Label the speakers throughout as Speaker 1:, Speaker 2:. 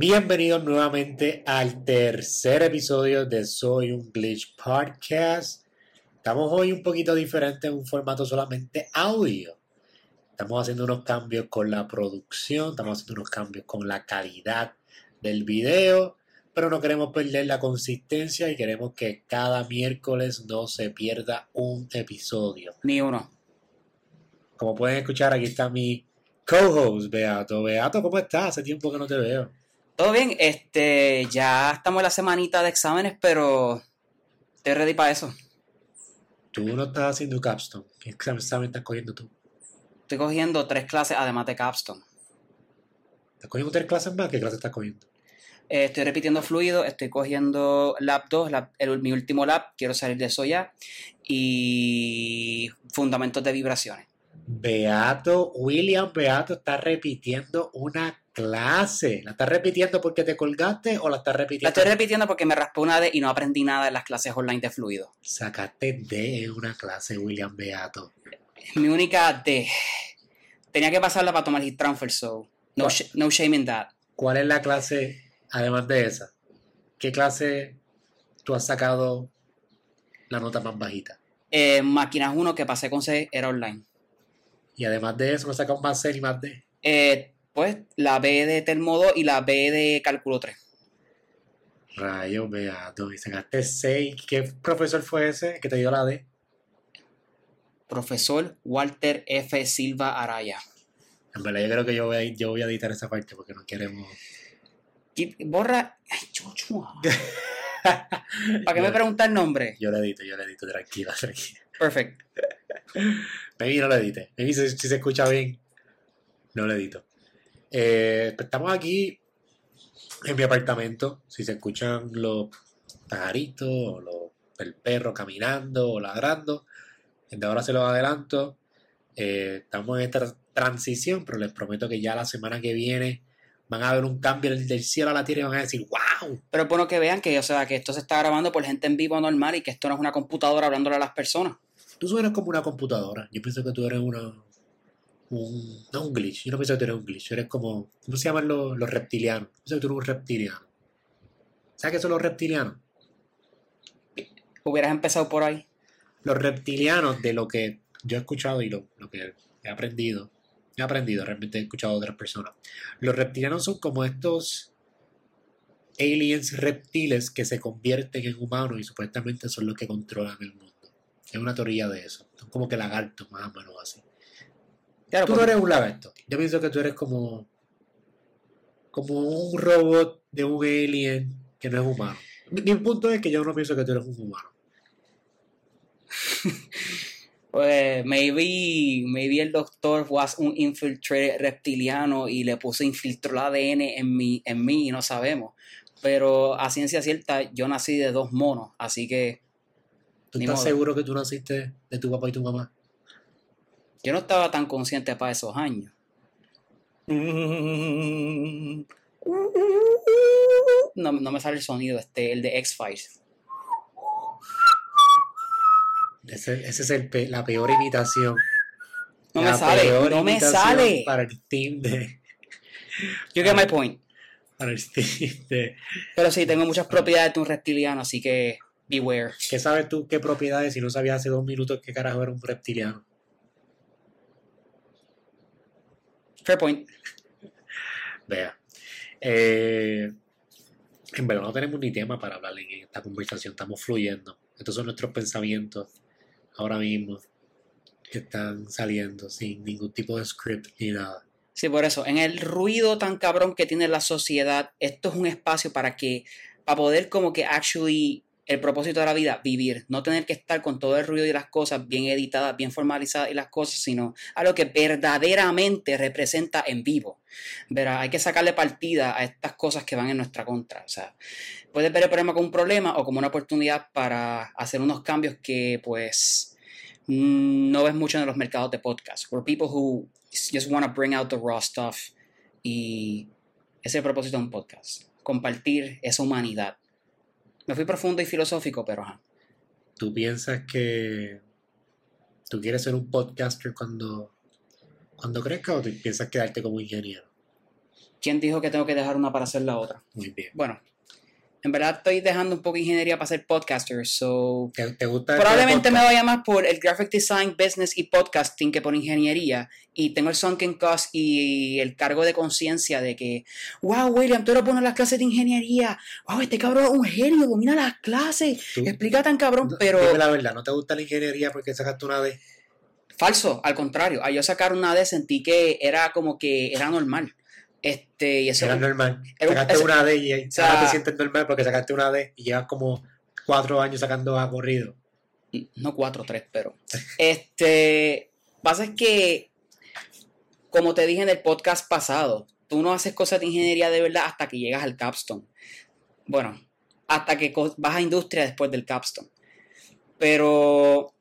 Speaker 1: Bienvenidos nuevamente al tercer episodio de Soy un Glitch Podcast. Estamos hoy un poquito diferente en un formato solamente audio. Estamos haciendo unos cambios con la producción, estamos haciendo unos cambios con la calidad del video, pero no queremos perder la consistencia y queremos que cada miércoles no se pierda un episodio.
Speaker 2: Ni uno.
Speaker 1: Como pueden escuchar, aquí está mi co-host, Beato. Beato, ¿cómo estás? Hace tiempo que no te veo.
Speaker 2: Todo bien, ya estamos en la semanita de exámenes, pero estoy ready para eso.
Speaker 1: Tú no estás haciendo capstone. ¿Qué examen estás cogiendo tú?
Speaker 2: Estoy cogiendo 3 clases además de capstone.
Speaker 1: ¿Estás cogiendo 3 clases más? ¿Qué clase estás cogiendo?
Speaker 2: Estoy repitiendo fluido, estoy cogiendo lab 2, mi último lab, quiero salir de eso ya, y fundamentos de vibraciones.
Speaker 1: William Beato está repitiendo una clase. ¿La estás repitiendo porque te colgaste o la estás repitiendo?
Speaker 2: La estoy repitiendo porque me raspé una D y no aprendí nada en las clases online de fluido.
Speaker 1: Sacaste D en una clase, William Beato.
Speaker 2: Mi única D. Tenía que pasarla para tomar Heat Transfer, so no shame in that.
Speaker 1: ¿Cuál es la clase, además de esa? ¿Qué clase tú has sacado la nota más bajita?
Speaker 2: Máquinas 1 que pasé con C era online.
Speaker 1: Y además de eso, ¿no has sacado más C y más D?
Speaker 2: Pues la B de Termo 2 y la B de Cálculo 3.
Speaker 1: Rayo, Beato. Y sacaste 6. ¿Qué profesor fue ese que te dio la D?
Speaker 2: Profesor Walter F. Silva Araya.
Speaker 1: En verdad, yo creo que yo voy a editar esa parte porque no queremos...
Speaker 2: Borra... Ay, chuchua. ¿Para qué me pregunta el nombre?
Speaker 1: Yo lo edito, tranquila.
Speaker 2: Perfect.
Speaker 1: Maybe no lo edite. Maybe si se escucha bien, no lo edito. Estamos aquí en mi apartamento. Si se escuchan los pajaritos o el perro caminando o ladrando, desde ahora se los adelanto. Estamos en esta transición, pero les prometo que ya la semana que viene van a ver un cambio del cielo a la tierra y van a decir ¡wow!
Speaker 2: Pero es bueno que vean que, que esto se está grabando por gente en vivo normal y que esto no es una computadora hablándole a las personas.
Speaker 1: Tú suenas como una computadora. Yo pienso que tú eres no un glitch. Yo no pienso que tú eres un glitch. Eres como... ¿Cómo se llaman los reptilianos? Yo pienso que tú eres un reptiliano. ¿Sabes qué son los reptilianos?
Speaker 2: Hubieras empezado por ahí.
Speaker 1: Los reptilianos, de lo que yo he escuchado y lo que he aprendido, realmente he escuchado de otras personas. Los reptilianos son como estos aliens reptiles que se convierten en humanos y supuestamente son los que controlan el mundo. Es una teoría de eso. Son como que lagartos, más o menos así.
Speaker 2: Claro,
Speaker 1: tú no eres un lagarto. Yo pienso que tú eres como un robot de un alien que no es humano. Mi punto es que yo no pienso que tú eres un humano.
Speaker 2: Pues maybe el doctor was un infiltrate reptiliano y le puso infiltró el ADN en mí y no sabemos. Pero a ciencia cierta yo nací de 2 monos, así que...
Speaker 1: ¿Tú estás seguro que tú naciste de tu papá y tu mamá?
Speaker 2: Yo no estaba tan consciente para esos años. No me sale el sonido, el de X-Files.
Speaker 1: Ese es la peor imitación.
Speaker 2: No me sale.
Speaker 1: Para el team de...
Speaker 2: You get my point.
Speaker 1: Para el team de...
Speaker 2: Pero sí, tengo muchas propiedades de un reptiliano, así que beware.
Speaker 1: ¿Qué sabes tú qué propiedades si no sabías hace 2 minutos qué carajo era un reptiliano?
Speaker 2: Fair point.
Speaker 1: Vea. En verdad no tenemos ni tema para hablar en esta conversación. Estamos fluyendo. Estos son nuestros pensamientos ahora mismo que están saliendo sin ningún tipo de script ni nada.
Speaker 2: Sí, por eso, en el ruido tan cabrón que tiene la sociedad, esto es un espacio para poder como que actually, el propósito de la vida, vivir, no tener que estar con todo el ruido y las cosas bien editadas, bien formalizadas y las cosas, sino algo que verdaderamente representa en vivo. Verá, hay que sacarle partida a estas cosas que van en nuestra contra. O sea, puedes ver el problema como un problema o como una oportunidad para hacer unos cambios que pues no ves mucho en los mercados de podcast. Where people who just want to bring out the raw stuff. Y ese es el propósito de un podcast. Compartir esa humanidad. Me fui profundo y filosófico, pero ajá.
Speaker 1: ¿Tú piensas que tú quieres ser un podcaster cuando crezcas o tú piensas quedarte como ingeniero?
Speaker 2: ¿Quién dijo que tengo que dejar una para hacer la otra?
Speaker 1: Muy bien.
Speaker 2: Bueno, en verdad estoy dejando un poco de ingeniería para ser podcaster, so
Speaker 1: ¿Te gusta
Speaker 2: probablemente me vaya más por el graphic design, business y podcasting que por ingeniería. Y tengo el sunken cost y el cargo de conciencia de que, wow, William, tú eres bueno en las clases de ingeniería. Wow, este cabrón es un genio, domina las clases.
Speaker 1: ¿Tú?
Speaker 2: Explica tan cabrón, pero
Speaker 1: Dime la verdad, ¿no te gusta la ingeniería porque sacaste una D?
Speaker 2: falso, al contrario. Al yo sacar una D sentí que era como que era normal. Y eso
Speaker 1: Era normal.
Speaker 2: era
Speaker 1: Sacaste una D y
Speaker 2: o sea,
Speaker 1: ahora te sientes normal porque sacaste una D y llevas como 4 años sacando A corrido.
Speaker 2: no 4 3 pero pasa es que como te dije en el podcast pasado, tú no haces cosas de ingeniería de verdad hasta que llegas al capstone. Bueno, hasta que vas a industria después del capstone. Pero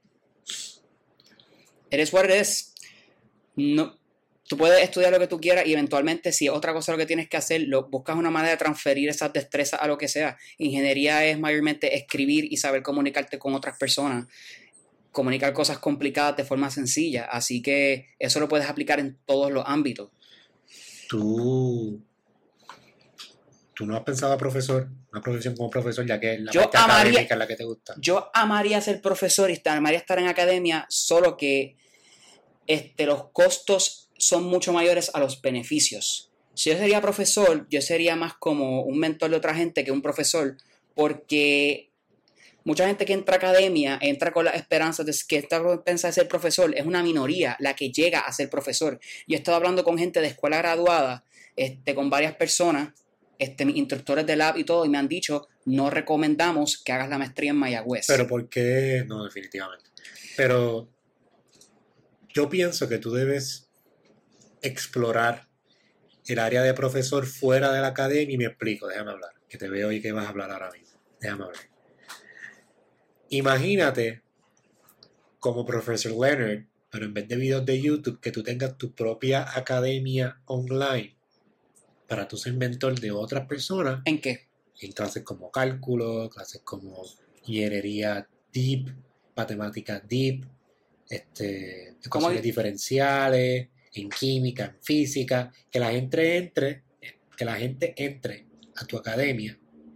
Speaker 2: eres what it is. No, tú puedes estudiar lo que tú quieras y eventualmente si es otra cosa lo que tienes que hacer, buscas una manera de transferir esas destrezas a lo que sea. Ingeniería es mayormente escribir y saber comunicarte con otras personas, comunicar cosas complicadas de forma sencilla, así que eso lo puedes aplicar en todos los ámbitos.
Speaker 1: ¿Tú no has pensado a profesor, una profesión como profesor, ya que es la
Speaker 2: Yo
Speaker 1: parte académica la que te gusta?
Speaker 2: Yo amaría ser profesor y amaría estar en academia, solo que los costos son mucho mayores a los beneficios. Si yo sería profesor, yo sería más como un mentor de otra gente que un profesor, porque mucha gente que entra a academia entra con las esperanzas de que piensa de ser profesor, es una minoría la que llega a ser profesor. Yo he estado hablando con gente de escuela graduada, con varias personas, mis instructores de lab y todo, y me han dicho, no recomendamos que hagas la maestría en Mayagüez.
Speaker 1: Pero ¿por qué? No, definitivamente. Pero yo pienso que tú debes explorar el área de profesor fuera de la academia y me explico, déjame hablar, que te veo y que vas a hablar ahora mismo. Déjame hablar. Imagínate como profesor Leonard, pero en vez de videos de YouTube, que tú tengas tu propia academia online para tú ser mentor de otras personas.
Speaker 2: ¿En qué?
Speaker 1: En clases como cálculo, clases como ingeniería deep, matemáticas deep, ecuaciones diferenciales, en química, en física, que la gente entre a tu academia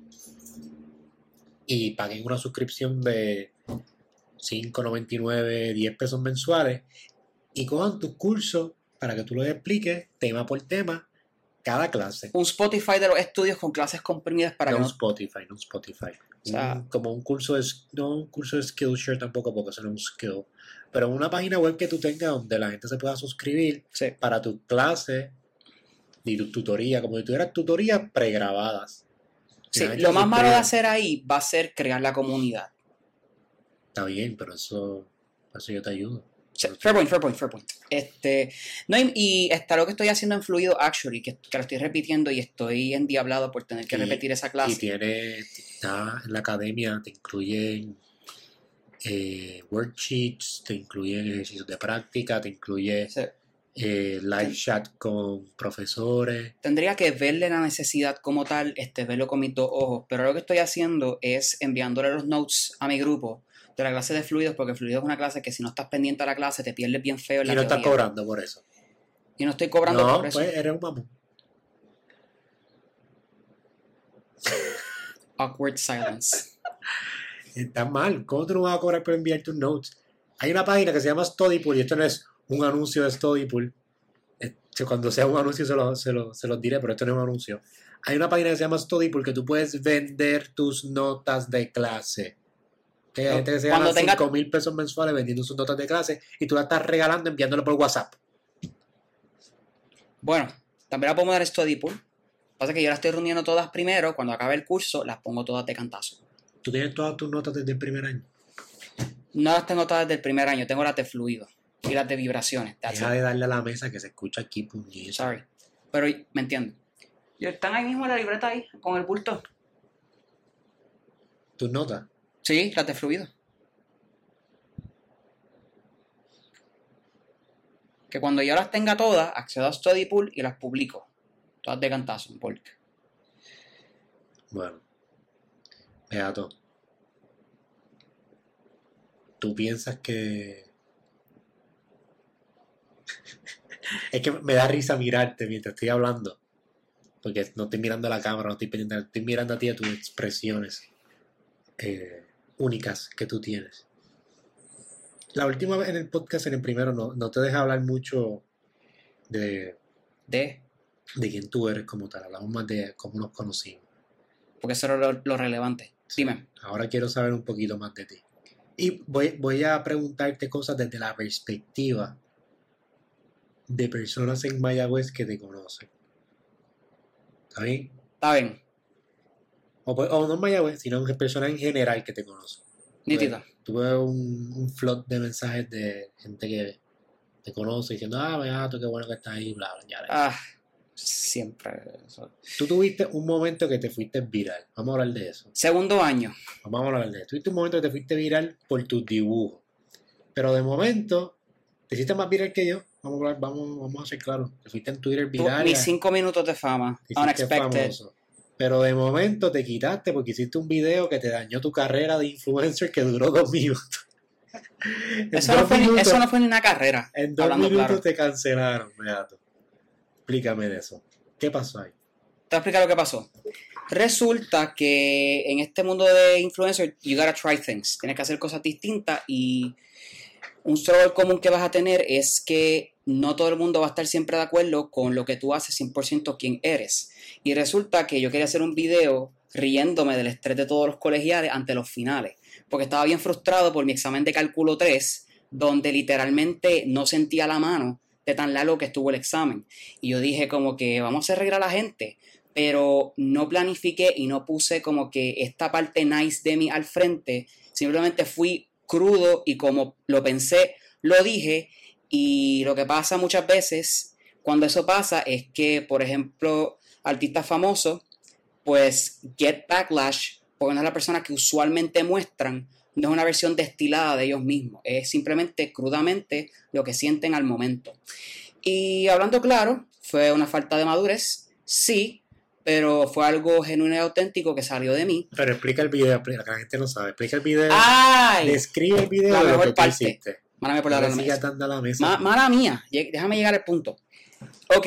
Speaker 1: y paguen una suscripción de $5.99, $10 mensuales y cojan tus cursos para que tú los expliques tema por tema cada clase.
Speaker 2: Un Spotify de los estudios con clases comprimidas para
Speaker 1: no
Speaker 2: que no...
Speaker 1: Spotify. O sea, como un curso de... No un curso de Skillshare tampoco, porque eso no es un skill. Pero una página web que tú tengas donde la gente se pueda suscribir para tus clases y tu tutoría, como si tuvieras tutorías pregrabadas.
Speaker 2: Sí, lo más malo de hacer ahí va a ser crear la comunidad.
Speaker 1: Está bien, pero eso yo te ayudo.
Speaker 2: Sí, fair point. No, y está lo que estoy haciendo en Fluido Actually, que lo estoy repitiendo y estoy endiablado por tener que repetir esa clase.
Speaker 1: Y está en la academia, te incluyen worksheets, te incluyen ejercicios de práctica, te incluye live chat con profesores.
Speaker 2: Tendría que verle la necesidad como tal, verlo con mis dos ojos, pero lo que estoy haciendo es enviándole los notes a mi grupo de la clase de fluidos, porque fluidos es una clase que si no estás pendiente a la clase te pierdes bien feo en la teoría.
Speaker 1: Y no estás cobrando por eso.
Speaker 2: Y no estoy cobrando por eso.
Speaker 1: No, pues eres un mamón.
Speaker 2: Awkward silence.
Speaker 1: Está mal. ¿Cómo tú no vas a cobrar por enviar tus notes? Hay una página que se llama Studypool y esto no es un anuncio de Studypool. Cuando sea un anuncio se los diré, pero esto no es un anuncio. Hay una página que se llama Studypool que tú puedes vender tus notas de clase. Que hay gente que se gana $5,000 mensuales vendiendo sus notas de clase y tú las estás regalando enviándolo por WhatsApp.
Speaker 2: Bueno, también la podemos dar Studypool. Pasa que yo las estoy reuniendo todas primero. Cuando acabe el curso, las pongo todas de cantazo.
Speaker 1: ¿Tú tienes todas tus notas desde el primer año?
Speaker 2: No las tengo todas desde el primer año. Tengo las de fluido y las de vibraciones.
Speaker 1: Deja de darle a la mesa que se escucha aquí, puñeta.
Speaker 2: Sorry. Pero me entiendo. Y están ahí mismo en la libreta ahí, con el bulto.
Speaker 1: ¿Tus notas?
Speaker 2: Sí, las de fluido. Que cuando yo las tenga todas, accedo a Studypool y las publico. Todas de cantazo, en bulk.
Speaker 1: Bueno. Beato. ¿Tú piensas que...? Es que me da risa mirarte mientras estoy hablando. porque no estoy mirando a la cámara, no estoy pendiente, estoy mirando a ti, a tus expresiones únicas que tú tienes. La última vez en el podcast, en el primero, no te deja hablar mucho de quién tú eres como tal. Hablamos más de cómo nos conocimos.
Speaker 2: Porque eso era lo relevante. Dime.
Speaker 1: Ahora quiero saber un poquito más de ti. Y voy a preguntarte cosas desde la perspectiva de personas en Mayagüez que te conocen. ¿Está bien?
Speaker 2: Está bien.
Speaker 1: O no en Mayagüez, sino personas en general que te conocen.
Speaker 2: Nítido.
Speaker 1: Tuve un flood de mensajes de gente que te conoce diciendo, Beato, qué bueno que estás ahí, bla, bla, ya.
Speaker 2: Siempre. Eso.
Speaker 1: Tú tuviste un momento que te fuiste viral. Vamos a hablar de eso.
Speaker 2: Segundo año.
Speaker 1: Vamos a hablar de eso. Tuviste un momento que te fuiste viral por tus dibujos. Pero de momento, te hiciste más viral que yo. Vamos a ser claros. Te fuiste en Twitter viral.
Speaker 2: Mis 5 minutos de fama. Unexpected.
Speaker 1: Famoso. Pero de momento te quitaste porque hiciste un video que te dañó tu carrera de influencer que duró 2 minutos.
Speaker 2: Eso no fue ni una carrera.
Speaker 1: En 2 minutos te cancelaron, Beato. Explícame de eso. ¿Qué pasó ahí?
Speaker 2: Te voy a explicar lo que pasó. Resulta que en este mundo de influencer, you gotta try things. Tienes que hacer cosas distintas y un struggle común que vas a tener es que no todo el mundo va a estar siempre de acuerdo con lo que tú haces 100% quién eres. Y resulta que yo quería hacer un video riéndome del estrés de todos los colegiales ante los finales. Porque estaba bien frustrado por mi examen de cálculo 3, donde literalmente no sentía la mano de tan largo que estuvo el examen. Y yo dije como que vamos a hacer reír a la gente, pero no planifiqué y no puse como que esta parte nice de mí al frente. Simplemente fui crudo y como lo pensé, lo dije. Y lo que pasa muchas veces cuando eso pasa es que, por ejemplo, artistas famosos, pues get backlash porque no es la persona que usualmente muestran, no es una versión destilada de ellos mismos, es simplemente crudamente lo que sienten al momento. Y hablando claro, fue una falta de madurez, sí, pero fue algo genuino y auténtico que salió de mí.
Speaker 1: Pero explica el video, la gente no sabe, explica el video.
Speaker 2: ¡Ay!
Speaker 1: Describe el video
Speaker 2: de
Speaker 1: lo que tú hiciste.
Speaker 2: Mala mía por
Speaker 1: la mesa.
Speaker 2: Mala mía, déjame llegar al punto. Ok,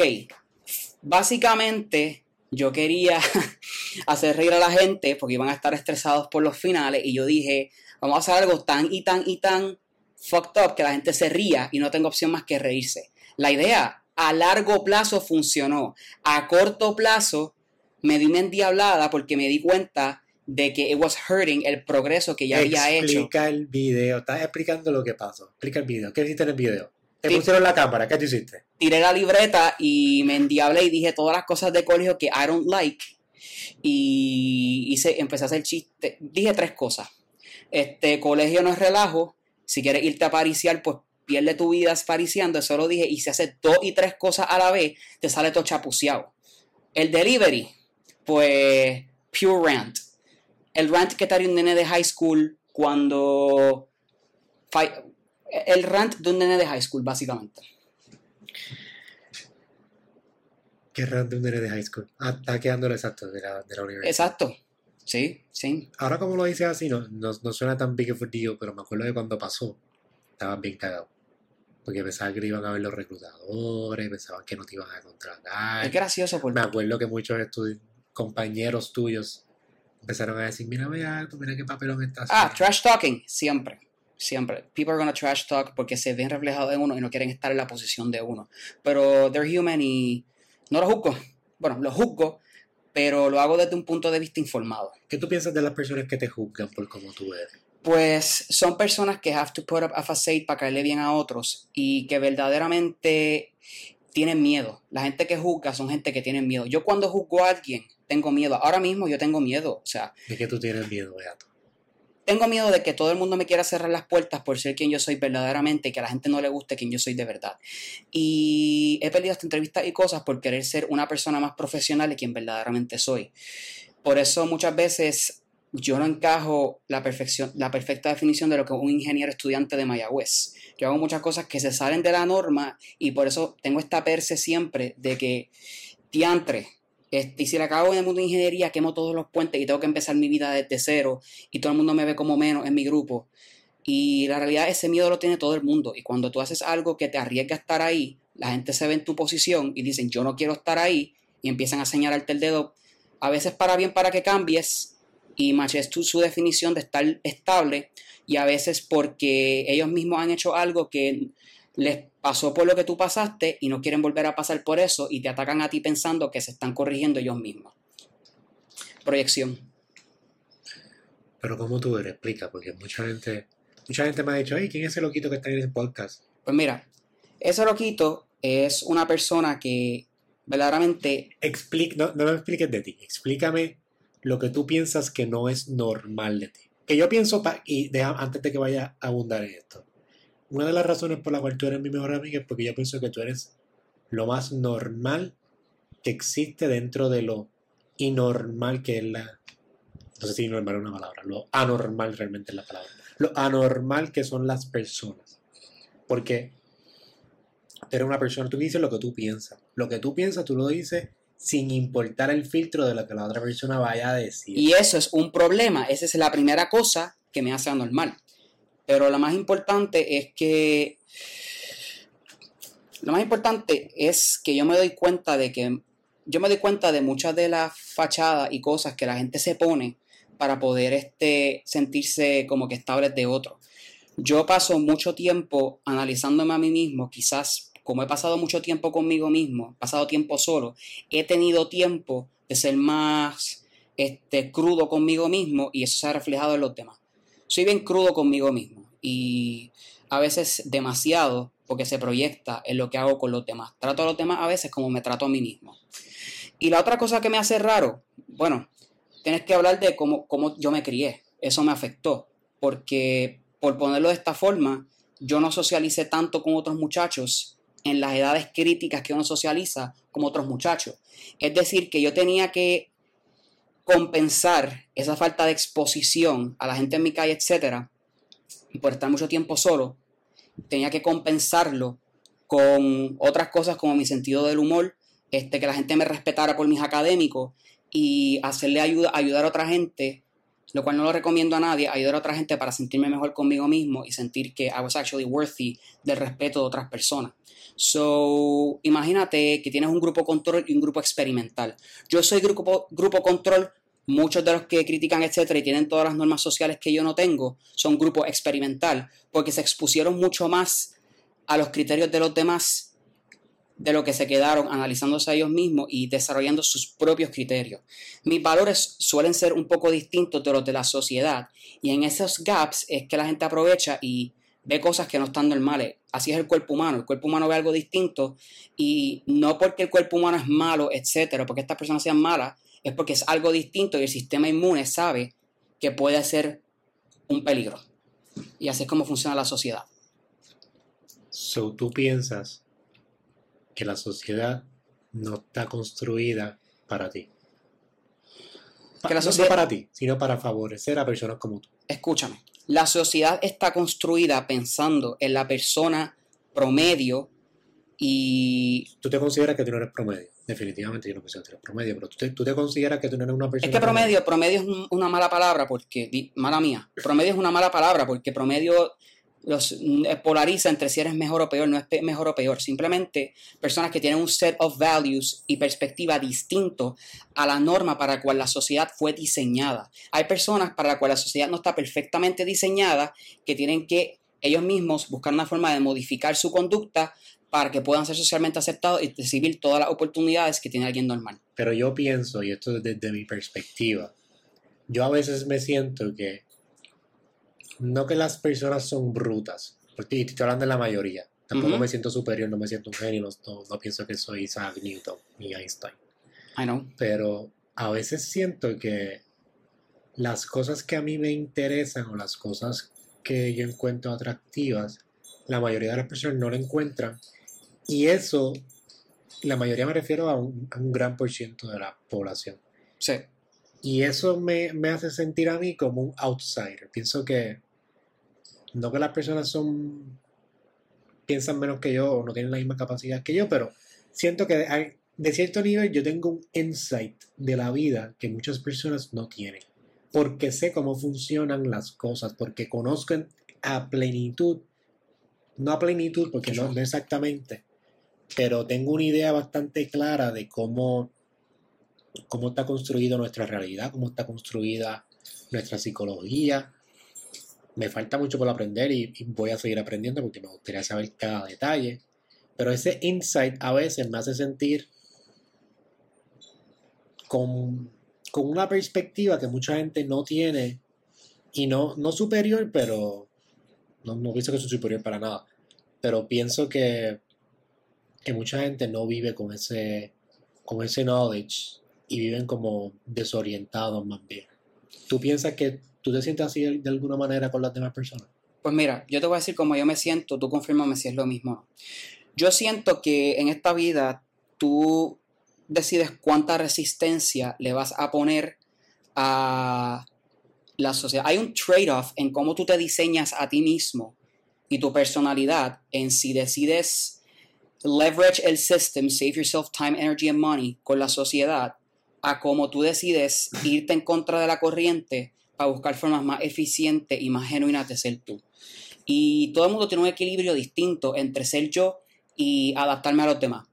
Speaker 2: básicamente yo quería hacer reír a la gente porque iban a estar estresados por los finales y yo dije, vamos a hacer algo tan y tan fucked up que la gente se ría y no tengo opción más que reírse. La idea a largo plazo funcionó. A corto plazo me di una endiablada porque me di cuenta de que it was hurting el progreso que ya había hecho.
Speaker 1: Explica el video, estás explicando lo que pasó. Explica el video. ¿Qué hiciste en el video? Te pusieron la cámara, ¿qué tú hiciste?
Speaker 2: Tiré la libreta y me endiablé y dije todas las cosas de colegio que I don't like. Y empecé a hacer chistes. Dije 3 cosas. Colegio no es relajo. Si quieres irte a pariciar, pues pierde tu vida pariciando. Eso lo dije. Y si haces 2 y 3 cosas a la vez, te sale todo chapuceado. El delivery, pues pure rant. El rant que te haría un nene de high school cuando... El rant de un nene de high school, básicamente.
Speaker 1: ¿Qué rant de un nene de high school? Está quedándolo exacto de la universidad.
Speaker 2: Exacto. Sí.
Speaker 1: Ahora como lo dices así, no suena tan big of a deal, pero me acuerdo de cuando pasó, estabas bien cagado. Porque pensaban que iban a ver los reclutadores, pensaban que no te iban a contratar.
Speaker 2: Es gracioso porque...
Speaker 1: Me acuerdo que muchos compañeros tuyos empezaron a decir, mira qué papelón estás haciendo.
Speaker 2: Trash talking, siempre. People are gonna trash talk porque se ven reflejados en uno y no quieren estar en la posición de uno. Pero they're human y no lo juzgo. Bueno, lo juzgo, pero lo hago desde un punto de vista informado.
Speaker 1: ¿Qué tú piensas de las personas que te juzgan por cómo tú eres?
Speaker 2: Pues son personas que have to put up a facade para caerle bien a otros y que verdaderamente tienen miedo. La gente que juzga son gente que tiene miedo. Yo cuando juzgo a alguien tengo miedo. Ahora mismo yo tengo miedo. O sea,
Speaker 1: ¿de qué tú tienes miedo, Beato?
Speaker 2: Tengo miedo de que todo el mundo me quiera cerrar las puertas por ser quien yo soy verdaderamente y que a la gente no le guste quien yo soy de verdad. Y he perdido hasta entrevistas y cosas por querer ser una persona más profesional de quien verdaderamente soy. Por eso muchas veces yo no encajo la perfecta definición de lo que es un ingeniero estudiante de Mayagüez. Yo hago muchas cosas que se salen de la norma y por eso tengo esta perse siempre de que diantre. Y si la cago en el mundo de ingeniería, quemo todos los puentes y tengo que empezar mi vida desde cero y todo el mundo me ve como menos en mi grupo. Y la realidad, ese miedo lo tiene todo el mundo. Y cuando tú haces algo que te arriesga a estar ahí, la gente se ve en tu posición y dicen, yo no quiero estar ahí. y empiezan a señalarte el dedo, a veces para bien para que cambies y matches su definición de estar estable, y a veces porque ellos mismos han hecho algo que les pasó por lo que tú pasaste y no quieren volver a pasar por eso y te atacan a ti pensando que se están corrigiendo ellos mismos. Proyección.
Speaker 1: Pero ¿cómo tú eres? Explica, porque mucha gente me ha dicho, hey, ¿quién es ese loquito que está en ese podcast?
Speaker 2: Pues mira, ese loquito es una persona que verdaderamente...
Speaker 1: No me expliques de ti, explícame lo que tú piensas que no es normal de ti. Que yo pienso, antes de que vaya a abundar en esto, una de las razones por la cual tú eres mi mejor amiga es porque yo pienso que tú eres lo más normal que existe dentro de lo inormal que es no sé si normal es una palabra, lo anormal realmente es la palabra, lo anormal que son las personas, porque tú eres una persona, tú dices lo que tú piensas tú lo dices sin importar el filtro de lo que la otra persona vaya a decir.
Speaker 2: Y eso es un problema, esa es la primera cosa que me hace anormal. Pero lo más importante es que yo me doy cuenta de muchas de las fachadas y cosas que la gente se pone para poder sentirse como que estables de otro. Yo paso mucho tiempo analizándome a mí mismo, quizás como he pasado mucho tiempo conmigo mismo, he pasado tiempo solo, he tenido tiempo de ser más crudo conmigo mismo y eso se ha reflejado en los demás. Soy bien crudo conmigo mismo y a veces demasiado porque se proyecta en lo que hago con los demás. Trato a los demás a veces como me trato a mí mismo. Y la otra cosa que me hace raro, bueno, tienes que hablar de cómo yo me crié. Eso me afectó porque, por ponerlo de esta forma, yo no socialicé tanto con otros muchachos en las edades críticas que uno socializa como otros muchachos. Es decir, que yo tenía que compensar esa falta de exposición a la gente en mi calle, etcétera, y por estar mucho tiempo solo, tenía que compensarlo con otras cosas como mi sentido del humor, que la gente me respetara por mis académicos y ayudar a otra gente, lo cual no lo recomiendo a nadie, ayudar a otra gente para sentirme mejor conmigo mismo y sentir que I was actually worthy del respeto de otras personas. So, imagínate que tienes un grupo control y un grupo experimental. Yo soy grupo control. Muchos de los que critican, etcétera, y tienen todas las normas sociales que yo no tengo, son grupo experimental, porque se expusieron mucho más a los criterios de los demás de lo que se quedaron analizándose a ellos mismos y desarrollando sus propios criterios. Mis valores suelen ser un poco distintos de los de la sociedad, y en esos gaps es que la gente aprovecha y ve cosas que no están normales. Así es el cuerpo humano ve algo distinto, y no porque el cuerpo humano es malo, etcétera, porque estas personas sean malas, es porque es algo distinto y el sistema inmune sabe que puede ser un peligro. Y así es como funciona la sociedad.
Speaker 1: So, ¿tú piensas que la sociedad no está construida para ti? No para ti, sino para favorecer a personas como tú.
Speaker 2: Escúchame, la sociedad está construida pensando en la persona promedio y...
Speaker 1: ¿Tú te consideras que tú no eres promedio? Definitivamente yo no considero que eres promedio, pero tú te consideras que tú no eres una persona...
Speaker 2: Es que promedio es una mala palabra porque... Mala mía. Promedio es una mala palabra porque promedio polariza entre si eres mejor o peor. No es mejor o peor. Simplemente personas que tienen un set of values y perspectiva distinto a la norma para la cual la sociedad fue diseñada. Hay personas para las cuales la sociedad no está perfectamente diseñada, que tienen que ellos mismos buscar una forma de modificar su conducta para que puedan ser socialmente aceptados y recibir todas las oportunidades que tiene alguien normal.
Speaker 1: Pero yo pienso, y esto es desde mi perspectiva, yo a veces me siento que no que las personas son brutas, porque estoy hablando de la mayoría. Tampoco me siento superior, no me siento un genio, no pienso que soy Isaac Newton ni Einstein.
Speaker 2: I know.
Speaker 1: Pero a veces siento que las cosas que a mí me interesan o las cosas que yo encuentro atractivas, la mayoría de las personas no lo encuentran. Y eso, la mayoría me refiero a un gran por ciento de la población.
Speaker 2: Sí.
Speaker 1: Y eso me hace sentir a mí como un outsider. Pienso que no que las personas piensan menos que yo o no tienen la misma capacidad que yo, pero siento que de cierto nivel yo tengo un insight de la vida que muchas personas no tienen. Porque sé cómo funcionan las cosas, porque conozco a plenitud, no a plenitud porque no exactamente, pero tengo una idea bastante clara de cómo cómo está construida nuestra realidad, cómo está construida nuestra psicología. Me falta mucho por aprender y voy a seguir aprendiendo porque me gustaría saber cada detalle. Pero ese insight a veces me hace sentir con una perspectiva que mucha gente no tiene y no superior, pero no pienso que soy superior para nada. Pero pienso que mucha gente no vive con ese knowledge y viven como desorientados más bien. ¿Tú piensas que tú te sientes así de alguna manera con las demás personas?
Speaker 2: Pues mira, yo te voy a decir cómo yo me siento, tú confírmame si es lo mismo o no. Yo siento que en esta vida tú decides cuánta resistencia le vas a poner a la sociedad. Hay un trade-off en cómo tú te diseñas a ti mismo y tu personalidad en si decides leverage el system, save yourself time, energy and money con la sociedad, a cómo tú decides irte en contra de la corriente para buscar formas más eficientes y más genuinas de ser tú. Y todo el mundo tiene un equilibrio distinto entre ser yo y adaptarme a los demás.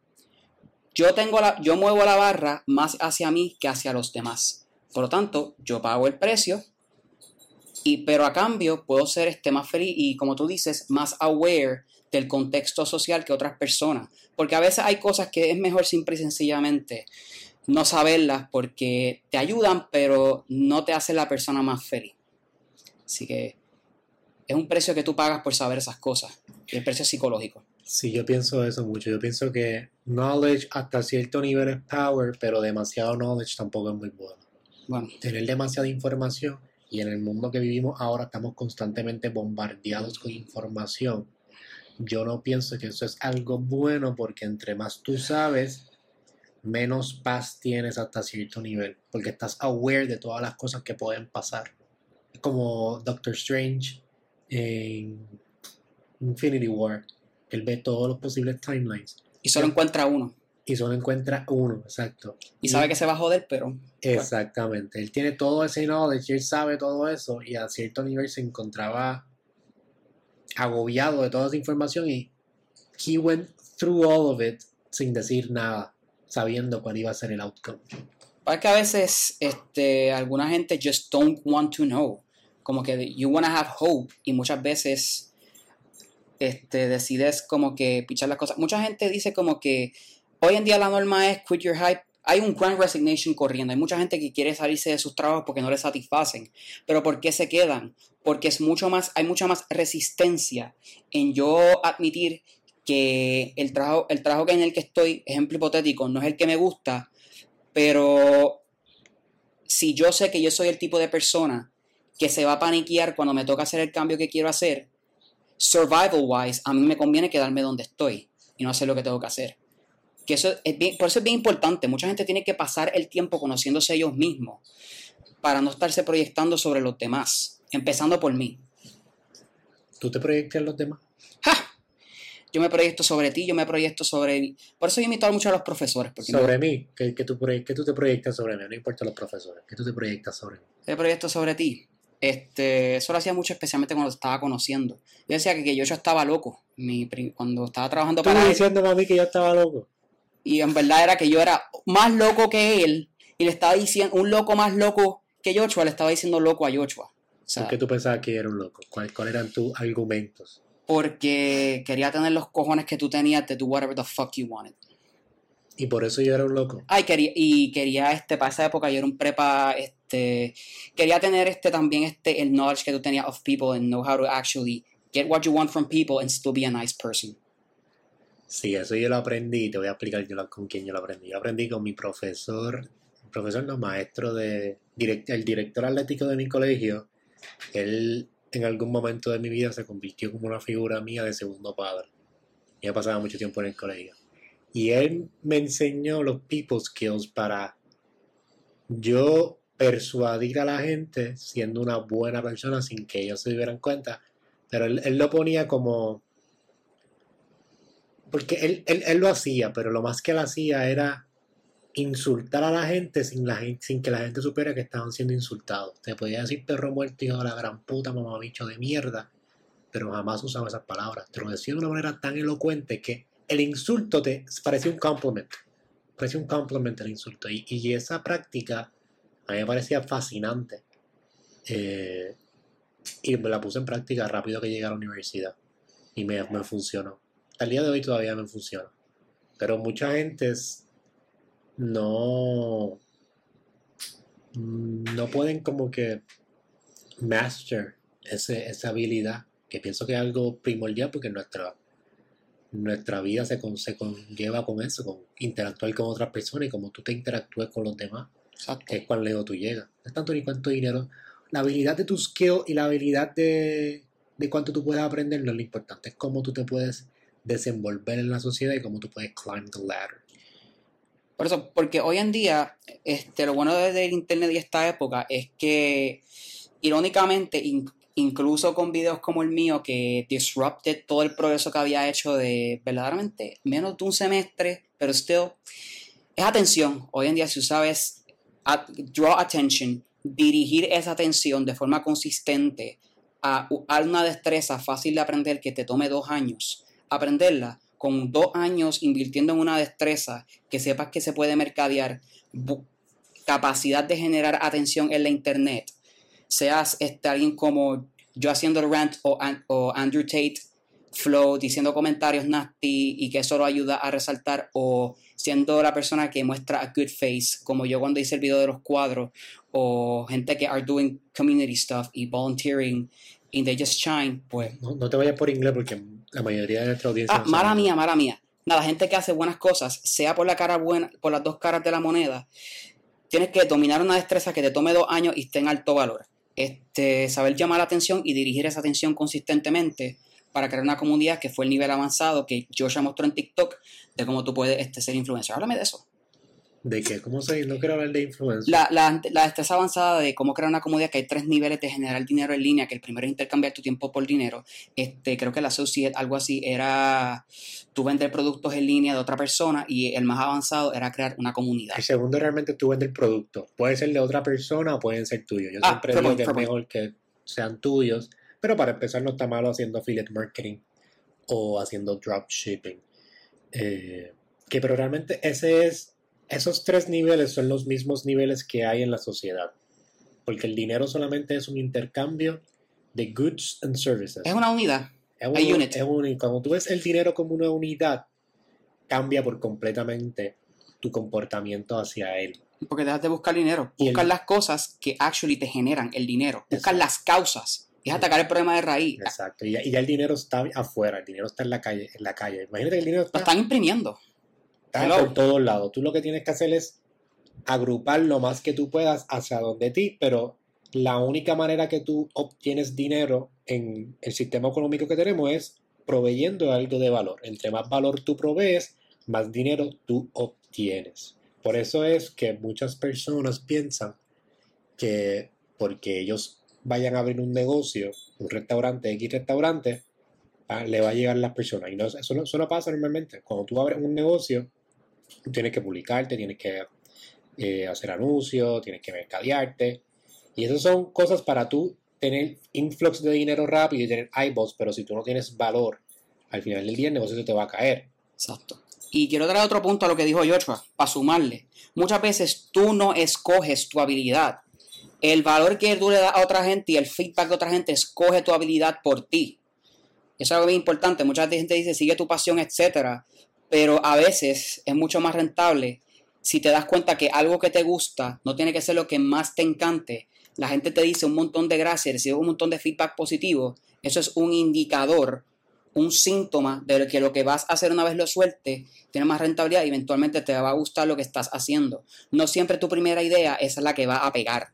Speaker 2: Yo muevo la barra más hacia mí que hacia los demás. Por lo tanto, yo pago el precio, pero a cambio puedo ser más feliz y, como tú dices, más aware del contexto social que otras personas. Porque a veces hay cosas que es mejor simple y sencillamente no saberlas porque te ayudan, pero no te hacen la persona más feliz. Así que es un precio que tú pagas por saber esas cosas. Y el precio es psicológico.
Speaker 1: Sí, yo pienso eso mucho. Yo pienso que knowledge hasta cierto nivel es power, pero demasiado knowledge tampoco es muy bueno.
Speaker 2: Bueno,
Speaker 1: Tener demasiada información, y en el mundo que vivimos ahora estamos constantemente bombardeados con información. Yo no pienso que eso es algo bueno porque entre más tú sabes, menos paz tienes hasta cierto nivel, porque estás aware de todas las cosas que pueden pasar. Es como Doctor Strange en Infinity War. Él ve todos los posibles timelines.
Speaker 2: y solo encuentra uno.
Speaker 1: Y solo encuentra uno, exacto.
Speaker 2: Y sabe que se va a joder, pero...
Speaker 1: Exactamente. Él tiene todo ese knowledge, él sabe todo eso, y a cierto nivel se encontraba agobiado de toda esa información y he went through all of it sin decir nada, sabiendo cuál iba a ser el outcome.
Speaker 2: Para que a veces alguna gente just don't want to know. Como que you wanna have hope. Y muchas veces decides como que pichar las cosas. Mucha gente dice como que hoy en día la norma es quit your hype. Hay un grand resignation corriendo. Hay mucha gente que quiere salirse de sus trabajos porque no les satisfacen. Pero ¿por qué se quedan? Porque hay mucha más resistencia en yo admitir que el trabajo en el que estoy, ejemplo hipotético, no es el que me gusta, pero si yo sé que yo soy el tipo de persona que se va a paniquear cuando me toca hacer el cambio que quiero hacer, survival wise, a mí me conviene quedarme donde estoy y no hacer lo que tengo que hacer. Que eso es bien, por eso es bien importante. Mucha gente tiene que pasar el tiempo conociéndose ellos mismos para no estarse proyectando sobre los demás, empezando por mí.
Speaker 1: ¿Tú te proyectas en los demás?
Speaker 2: ¡Ja! Yo me proyecto sobre ti, yo me proyecto sobre... Por eso yo invito mucho a los profesores. Porque
Speaker 1: sobre mí, que tú te proyectas sobre mí, no importa los profesores, que tú te proyectas sobre mí.
Speaker 2: Yo me proyecto sobre ti. Eso lo hacía mucho, especialmente cuando te estaba conociendo. Yo decía que yo estaba loco cuando estaba trabajando para él.
Speaker 1: ¿Tú diciéndome a mí que yo estaba loco?
Speaker 2: Y en verdad era que yo era más loco que él y le estaba diciendo, un loco más loco que Joshua, le estaba diciendo loco a Joshua. O sea,
Speaker 1: ¿por qué tú pensabas que era un loco? ¿Cuáles eran tus argumentos?
Speaker 2: Porque quería tener los cojones que tú tenías de do whatever the fuck you wanted.
Speaker 1: ¿Y por eso yo era un loco?
Speaker 2: Ay, quería para esa época yo era un prepa, quería tener también el knowledge que tú tenías of people and know how to actually get what you want from people and still be a nice person.
Speaker 1: Sí, eso yo lo aprendí, te voy a explicar con quién yo lo aprendí. Yo lo aprendí con mi maestro el director atlético de mi colegio. Él en algún momento de mi vida se convirtió como una figura mía de segundo padre. Yo pasaba mucho tiempo en el colegio. Y él me enseñó los people skills para yo persuadir a la gente siendo una buena persona sin que ellos se dieran cuenta. Pero él lo ponía como... Porque él lo hacía, pero lo más que él hacía era insultar a la gente sin que la gente supiera que estaban siendo insultados. Te podía decir perro muerto, hijo de la gran puta, mamabicho de mierda, pero jamás usaba esas palabras. Te lo decía de una manera tan elocuente que el insulto te parecía un compliment. parece un compliment el insulto. Y esa práctica a mí me parecía fascinante. Eh, y me la puse en práctica rápido que llegué a la universidad. Y me funcionó. Hasta el día de hoy todavía me funciona. Pero mucha gente no, no pueden como que master esa habilidad, que pienso que es algo primordial porque nuestra vida se conlleva con eso, con interactuar con otras personas y como tú te interactúes con los demás,
Speaker 2: Exacto.
Speaker 1: que es cuán lejos tú llegas. No es tanto ni cuánto dinero. La habilidad de tu skill y la habilidad de cuánto tú puedes aprender no es lo importante, es cómo tú te puedes desenvolver en la sociedad y cómo tú puedes climb the ladder.
Speaker 2: Por eso, porque hoy en día, lo bueno del internet y esta época es que, irónicamente, incluso con videos como el mío, que disrupted todo el progreso que había hecho de verdaderamente menos de un semestre, pero still, es atención. Hoy en día, si tú sabes draw attention, dirigir esa atención de forma consistente a una destreza fácil de aprender que te tome 2 años, aprenderla con 2 años invirtiendo en una destreza que sepas que se puede mercadear, capacidad de generar atención en la internet, seas alguien como yo haciendo el rant o Andrew Tate flow diciendo comentarios nasty y que eso lo ayuda a resaltar, o siendo la persona que muestra a good face como yo cuando hice el video de los cuadros, o gente que are doing community stuff y volunteering and they just shine, pues
Speaker 1: No te vayas por inglés porque la mayoría de nuestra audiencia no sabe
Speaker 2: mala
Speaker 1: inglés.
Speaker 2: mía, mala mía. Nada, gente que hace buenas cosas, sea por la cara buena, por las dos caras de la moneda, tienes que dominar una destreza que te tome 2 años y esté en alto valor. Saber llamar la atención y dirigir esa atención consistentemente para crear una comunidad, que fue el nivel avanzado que Joshua mostró en TikTok de cómo tú puedes ser influencer. Háblame de eso.
Speaker 1: ¿De qué? ¿Cómo se? No quiero hablar de influencer.
Speaker 2: La destreza avanzada de cómo crear una comunidad, que hay 3 niveles de generar dinero en línea, que el primero es intercambiar tu tiempo por dinero. Creo que el associate, algo así, era tú vender productos en línea de otra persona, y el más avanzado era crear una comunidad.
Speaker 1: El segundo realmente tú vendes el producto. Puede ser de otra persona o pueden ser tuyos. Yo siempre digo que es mejor que sean tuyos, pero para empezar no está malo haciendo affiliate marketing o haciendo dropshipping. Pero realmente esos 3 niveles son los mismos niveles que hay en la sociedad. Porque el dinero solamente es un intercambio de goods and services.
Speaker 2: Es una unidad.
Speaker 1: Cuando tú ves el dinero como una unidad, cambia por completamente tu comportamiento hacia él.
Speaker 2: Porque dejas de buscar dinero. Buscar las cosas que actually te generan el dinero. Buscar las causas. Es atacar el problema de raíz.
Speaker 1: Exacto. Y ya el dinero está afuera. El dinero está en la calle. Imagínate que el dinero
Speaker 2: lo están imprimiendo.
Speaker 1: Está por todos lados. Tú lo que tienes que hacer es agrupar lo más que tú puedas hacia donde ti, pero la única manera que tú obtienes dinero en el sistema económico que tenemos es proveyendo algo de valor. Entre más valor tú provees, más dinero tú obtienes. Por eso es que muchas personas piensan que porque ellos vayan a abrir un negocio, un restaurante, X restaurante, le va a llegar a las personas. Y no, eso no pasa normalmente. Cuando tú abres un negocio, tienes que publicarte, tienes que hacer anuncios, tienes que mercadearte. Y esas son cosas para tú tener influx de dinero rápido y tener eyeballs, pero si tú no tienes valor, al final del día el negocio se te va a caer.
Speaker 2: Exacto. Y quiero traer otro punto a lo que dijo Joshua, para sumarle. Muchas veces tú no escoges tu habilidad. El valor que tú le das a otra gente y el feedback de otra gente escoge tu habilidad por ti. Eso es algo bien importante. Mucha gente dice, sigue tu pasión, etcétera. Pero a veces es mucho más rentable si te das cuenta que algo que te gusta no tiene que ser lo que más te encante. La gente te dice un montón de gracias, recibes un montón de feedback positivo. Eso es un indicador, un síntoma de que lo que vas a hacer una vez lo suelte tiene más rentabilidad y eventualmente te va a gustar lo que estás haciendo. No siempre tu primera idea es la que va a pegar.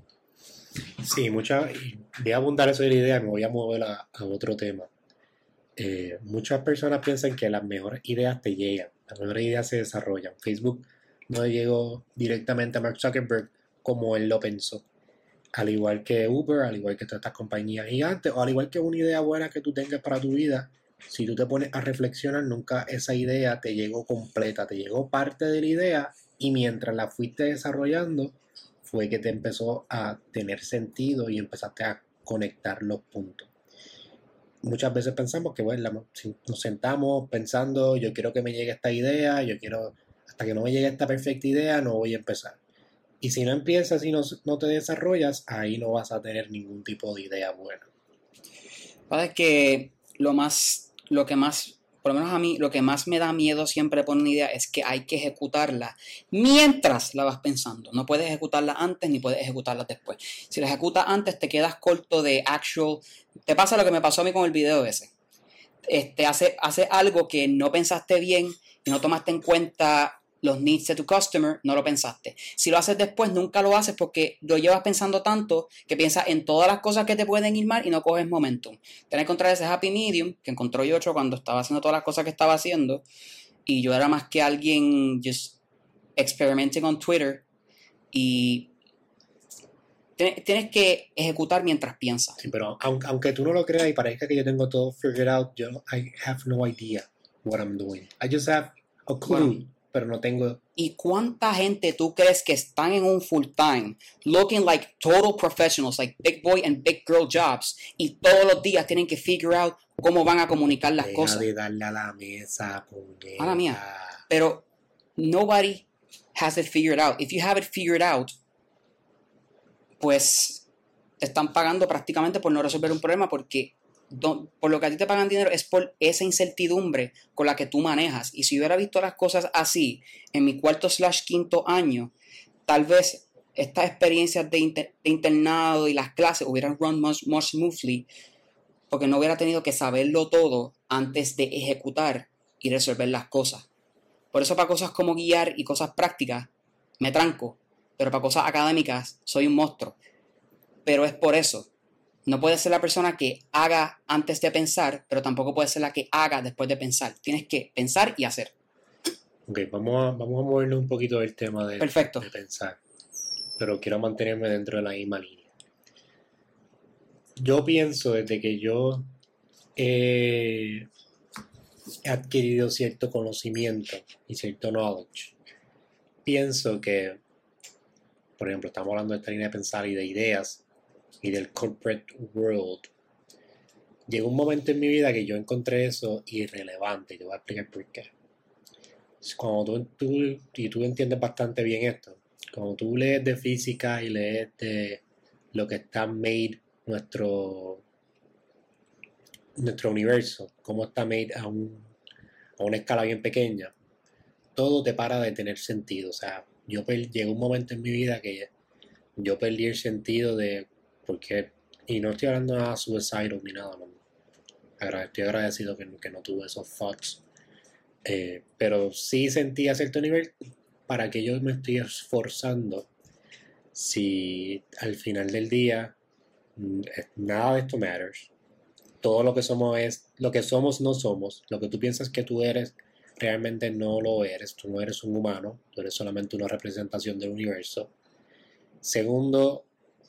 Speaker 1: Sí, voy a abundar eso de la idea, me voy a mover a otro tema. Muchas personas piensan que las mejores ideas te llegan, las mejores ideas se desarrollan. Facebook no llegó directamente a Mark Zuckerberg como él lo pensó. Al igual que Uber, al igual que todas estas compañías gigantes, o al igual que una idea buena que tú tengas para tu vida, si tú te pones a reflexionar, nunca esa idea te llegó completa, te llegó parte de la idea y mientras la fuiste desarrollando fue que te empezó a tener sentido y empezaste a conectar los puntos. Muchas veces pensamos que, bueno, si nos sentamos pensando, yo quiero que me llegue esta idea, yo quiero hasta que no me llegue esta perfecta idea, no voy a empezar. Y si no empiezas y no te desarrollas, ahí no vas a tener ningún tipo de idea buena.
Speaker 2: Pasa que lo que más, por lo menos a mí, lo que más me da miedo siempre de poner una idea es que hay que ejecutarla mientras la vas pensando. No puedes ejecutarla antes ni puedes ejecutarla después. Si la ejecutas antes, te quedas corto de actual. Te pasa lo que me pasó a mí con el video ese. Hace algo que no pensaste bien y no tomaste en cuenta los needs de tu customer, no lo pensaste. Si lo haces después, nunca lo haces porque lo llevas pensando tanto que piensas en todas las cosas que te pueden ir mal y no coges momentum. Tienes que encontrar ese happy medium que encontró Yocho cuando estaba haciendo todas las cosas que estaba haciendo y yo era más que alguien just experimenting on Twitter y tienes que ejecutar mientras piensas.
Speaker 1: Sí, pero aunque tú no lo creas y parezca que yo tengo todo figured out, I have no idea what I'm doing. I just have a clue, bueno, pero no tengo...
Speaker 2: ¿Y cuánta gente tú crees que están en un full time, looking like total professionals, like big boy and big girl jobs, y todos los días tienen que figure out cómo van a comunicar las cosas?
Speaker 1: De darle a la mesa,
Speaker 2: a la mía. Pero nobody has it figured out. If you have it figured out, pues te están pagando prácticamente por no resolver un problema porque por lo que a ti te pagan dinero es por esa incertidumbre con la que tú manejas. Y si hubiera visto las cosas así en mi cuarto/quinto año, tal vez estas experiencias de internado y las clases hubieran run more smoothly porque no hubiera tenido que saberlo todo antes de ejecutar y resolver las cosas. Por eso para cosas como guiar y cosas prácticas me tranco, pero para cosas académicas soy un monstruo. Pero es por eso. No puedes ser la persona que haga antes de pensar, pero tampoco puedes ser la que haga después de pensar. Tienes que pensar y hacer.
Speaker 1: Ok, vamos a movernos un poquito del tema de pensar. Pero quiero mantenerme dentro de la misma línea. Yo pienso desde que yo he adquirido cierto conocimiento y cierto knowledge, pienso que, por ejemplo, estamos hablando de esta línea de pensar y de ideas y del corporate world. Llegó un momento en mi vida que yo encontré eso irrelevante y te voy a explicar por qué. Cuando tú entiendes bastante bien esto, cuando tú lees de física y lees de lo que está made nuestro universo, cómo está made a una escala bien pequeña, todo te para de tener sentido. O sea, llegó un momento en mi vida que yo perdí el sentido de porque, y no estoy hablando nada suicidal ni nada, no. Estoy agradecido que no tuve esos thoughts, pero sí sentí a cierto nivel para que yo me estoy esforzando si al final del día nada de esto matters. Todo lo que somos es lo que somos, no somos. Lo que tú piensas que tú eres realmente no lo eres. Tú no eres un humano, tú eres solamente una representación del universo. Segundo,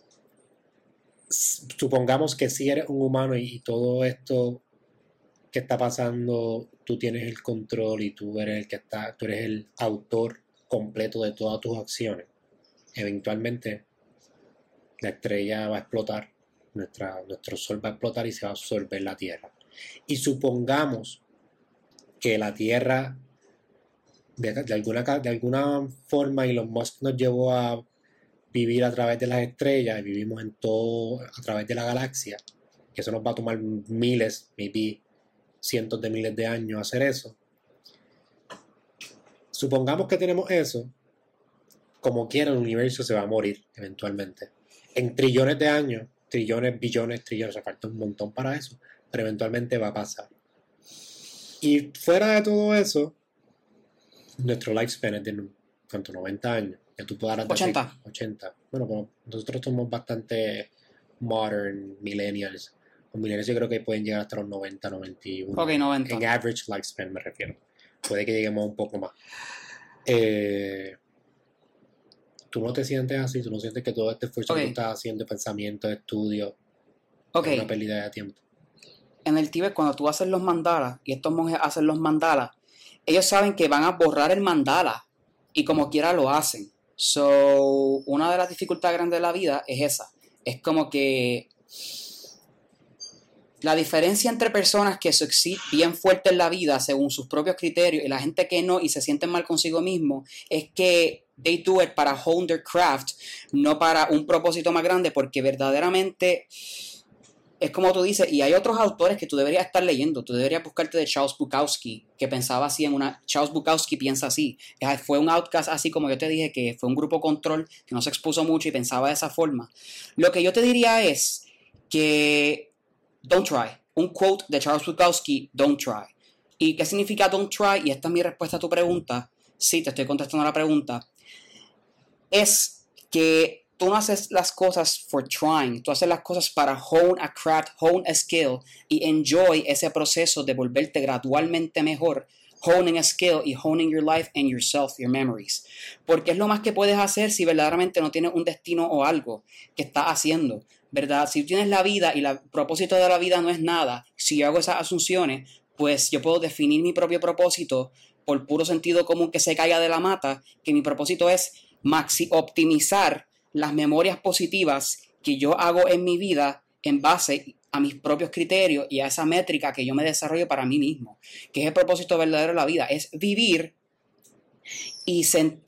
Speaker 1: supongamos que sí eres un humano y todo esto que está pasando, tú tienes el control y tú eres el autor completo de todas tus acciones. Eventualmente la estrella va a explotar, nuestro sol va a explotar y se va a absorber la Tierra. Y supongamos que la Tierra de alguna forma Elon Musk nos llevó a vivir a través de las estrellas y vivimos a través de la galaxia, que eso nos va a tomar miles, maybe cientos de miles de años hacer eso. Supongamos que tenemos eso, como quiera el universo se va a morir eventualmente. En trillones de años, trillones, billones, trillones, se falta un montón para eso, pero eventualmente va a pasar. Y fuera de todo eso, nuestro lifespan es de ¿cuánto? 90 años. Ya tú puedes dar 80. Bueno, pero nosotros somos bastante modern, millennials. Los millennials yo creo que pueden llegar hasta los 90, 91.
Speaker 2: Ok, 90.
Speaker 1: En average lifespan me refiero. Puede que lleguemos un poco más. Tú no te sientes así, tú no sientes que todo este esfuerzo que tú estás haciendo, pensamiento, estudio, es una pérdida de tiempo.
Speaker 2: En el Tíbet, cuando tú haces los mandalas y estos monjes hacen los mandalas, ellos saben que van a borrar el mandala y como quiera lo hacen. So, una de las dificultades grandes de la vida es esa. Es como que La diferencia entre personas que succeed bien fuerte en la vida según sus propios criterios y la gente que no y se sienten mal consigo mismo es que they do it para hone their craft, no para un propósito más grande, porque verdaderamente es como tú dices, y hay otros autores que tú deberías estar leyendo. Tú deberías buscarte de Charles Bukowski, que pensaba así Charles Bukowski piensa así. Fue un outcast así como yo te dije, que fue un grupo control, que no se expuso mucho y pensaba de esa forma. Lo que yo te diría es que don't try. Un quote de Charles Bukowski, don't try. ¿Y qué significa don't try? Y esta es mi respuesta a tu pregunta. Sí, te estoy contestando la pregunta. Es que tú no haces las cosas for trying, tú haces las cosas para hone a craft, hone a skill y enjoy ese proceso de volverte gradualmente mejor, honing a skill y honing your life and yourself, your memories. Porque es lo más que puedes hacer si verdaderamente no tienes un destino o algo que estás haciendo, ¿verdad? Si tienes la vida y el propósito de la vida no es nada, si yo hago esas asunciones, pues yo puedo definir mi propio propósito por puro sentido común que se caiga de la mata, que mi propósito es optimizar las memorias positivas que yo hago en mi vida en base a mis propios criterios y a esa métrica que yo me desarrollo para mí mismo, que es el propósito verdadero de la vida, es vivir y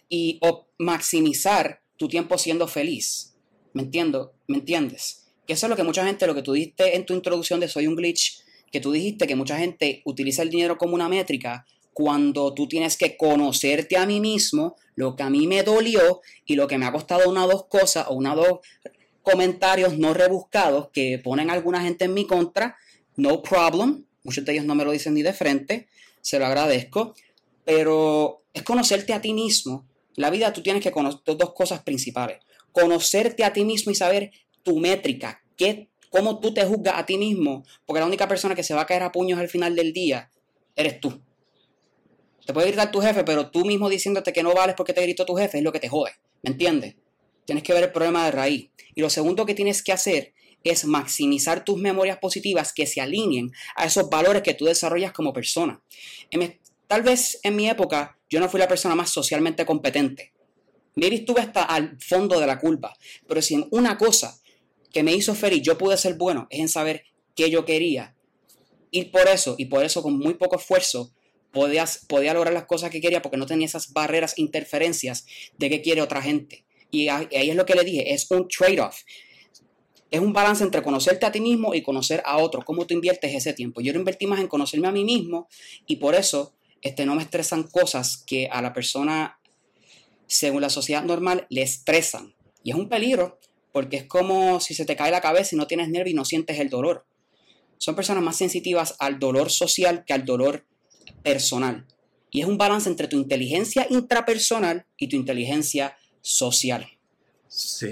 Speaker 2: maximizar tu tiempo siendo feliz. ¿Me entiendes? Que eso es lo que mucha gente, lo que tú dijiste en tu introducción de Soy un Glitch, que tú dijiste que mucha gente utiliza el dinero como una métrica, cuando tú tienes que conocerte a mí mismo, lo que a mí me dolió y lo que me ha costado una o dos cosas o una o dos comentarios no rebuscados que ponen a alguna gente en mi contra, no problem, muchos de ellos no me lo dicen ni de frente, se lo agradezco, pero es conocerte a ti mismo. La vida tú tienes que conocer dos cosas principales, conocerte a ti mismo y saber tu métrica, cómo tú te juzgas a ti mismo, porque la única persona que se va a caer a puños al final del día eres tú. Te puede gritar tu jefe, pero tú mismo diciéndote que no vales porque te gritó tu jefe es lo que te jode. ¿Me entiendes? Tienes que ver el problema de raíz. Y lo segundo que tienes que hacer es maximizar tus memorias positivas que se alineen a esos valores que tú desarrollas como persona. Tal vez en mi época yo no fui la persona más socialmente competente. Maybe estuve hasta al fondo de la curva. Pero si en una cosa que me hizo feliz yo pude ser bueno es en saber qué yo quería. Y por eso con muy poco esfuerzo podía lograr las cosas que quería porque no tenía esas barreras, interferencias de qué quiere otra gente. Y ahí es lo que le dije, es un trade-off. Es un balance entre conocerte a ti mismo y conocer a otro. Cómo tú inviertes ese tiempo. Yo lo invertí más en conocerme a mí mismo y por eso no me estresan cosas que a la persona, según la sociedad normal, le estresan. Y es un peligro porque es como si se te cae la cabeza y no tienes nervio y no sientes el dolor. Son personas más sensitivas al dolor social que al dolor personal. Y es un balance entre tu inteligencia intrapersonal y tu inteligencia social.
Speaker 1: Sí,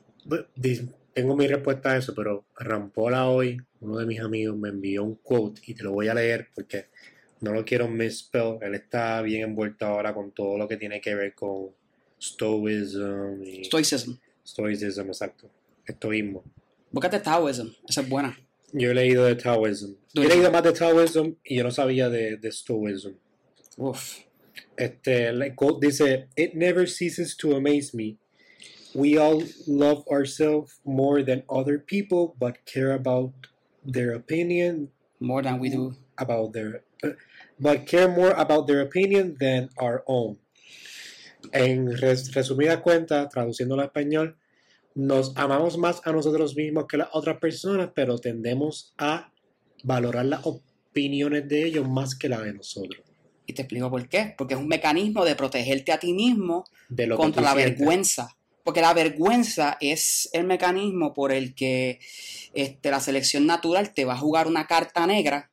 Speaker 1: tengo mi respuesta a eso, pero Rampola hoy, uno de mis amigos, me envió un quote y te lo voy a leer porque no lo quiero misspell. Él está bien envuelto ahora con todo lo que tiene que ver con stoicism. Stoicism, exacto. Estoísmo.
Speaker 2: Búscate Taoism, esa es buena.
Speaker 1: Yo he leído de Taoism. Yo he leído más de Taoism y yo no sabía de Stoicism.
Speaker 2: Uf.
Speaker 1: El quote dice: "It never ceases to amaze me. We all love ourselves more than other people, but care about their opinion
Speaker 2: more than we do
Speaker 1: about their, but care more about their opinion than our own." En resumida cuenta, traduciéndolo a español, nos amamos más a nosotros mismos que a las otras personas, pero tendemos a valorar las opiniones de ellos más que las de nosotros.
Speaker 2: Y te explico por qué. Porque es un mecanismo de protegerte a ti mismo contra la vergüenza. Porque la vergüenza es el mecanismo por el que la selección natural te va a jugar una carta negra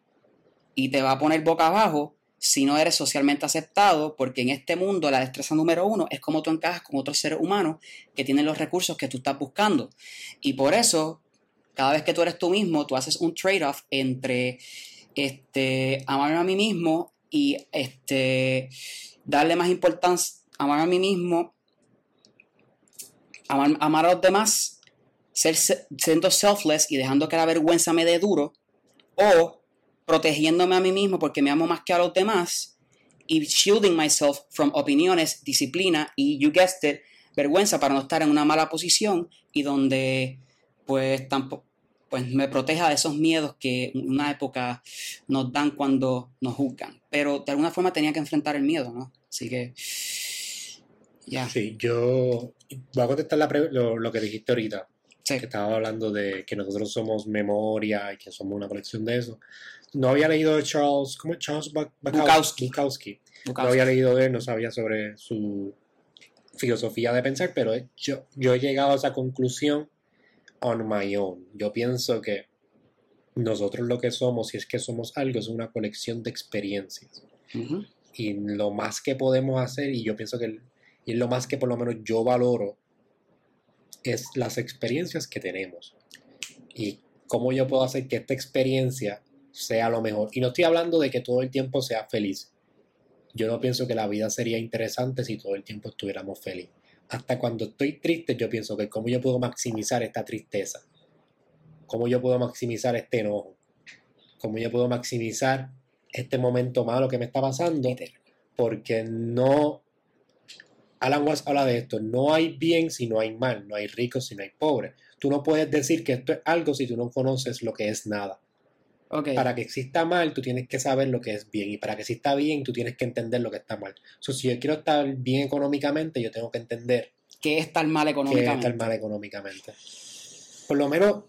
Speaker 2: y te va a poner boca abajo si no eres socialmente aceptado, porque en este mundo la destreza número 1 es cómo tú encajas con otros seres humanos que tienen los recursos que tú estás buscando. Y por eso, cada vez que tú eres tú mismo, tú haces un trade-off entre amarme a mí mismo y darle más importancia, amarme a mí mismo, amar a los demás, siendo selfless y dejando que la vergüenza me dé duro, o protegiéndome a mí mismo porque me amo más que a los demás y shielding myself from opiniones, disciplina y, you guessed it, vergüenza para no estar en una mala posición y donde pues tampoco pues me proteja de esos miedos que en una época nos dan cuando nos juzgan. Pero de alguna forma tenía que enfrentar el miedo, ¿no? Así que, ya.
Speaker 1: Sí, yo voy a contestar lo que dijiste ahorita,
Speaker 2: Sí,
Speaker 1: que estaba hablando de que nosotros somos memoria y que somos una colección de eso. No había leído de Charles, ¿cómo es? Charles
Speaker 2: Bukowski.
Speaker 1: Bukowski. No
Speaker 2: Bukowski.
Speaker 1: había leído de él, no sabía sobre su filosofía de pensar, pero yo he llegado a esa conclusión on my own. Yo pienso que nosotros lo que somos, si es que somos algo, es una colección de experiencias.
Speaker 2: Ujú.
Speaker 1: Y lo más que podemos hacer, y yo pienso que y lo más que por lo menos yo valoro, es las experiencias que tenemos. Y cómo yo puedo hacer que esta experiencia sea lo mejor. Y no estoy hablando de que todo el tiempo sea feliz. Yo no pienso que la vida sería interesante si todo el tiempo estuviéramos felices. Hasta cuando estoy triste, yo pienso que cómo yo puedo maximizar esta tristeza. Cómo yo puedo maximizar este enojo. Cómo yo puedo maximizar este momento malo que me está pasando. Porque no... Alan Watts habla de esto. No hay bien si no hay mal. No hay rico si no hay pobre. Tú no puedes decir que esto es algo si tú no conoces lo que es nada.
Speaker 2: Ok.
Speaker 1: Para que exista mal, tú tienes que saber lo que es bien. Y para que exista bien, tú tienes que entender lo que está mal. Si yo quiero estar bien económicamente, yo tengo que entender
Speaker 2: ¿Qué es estar mal
Speaker 1: qué es
Speaker 2: económicamente?
Speaker 1: estar mal económicamente. Por lo menos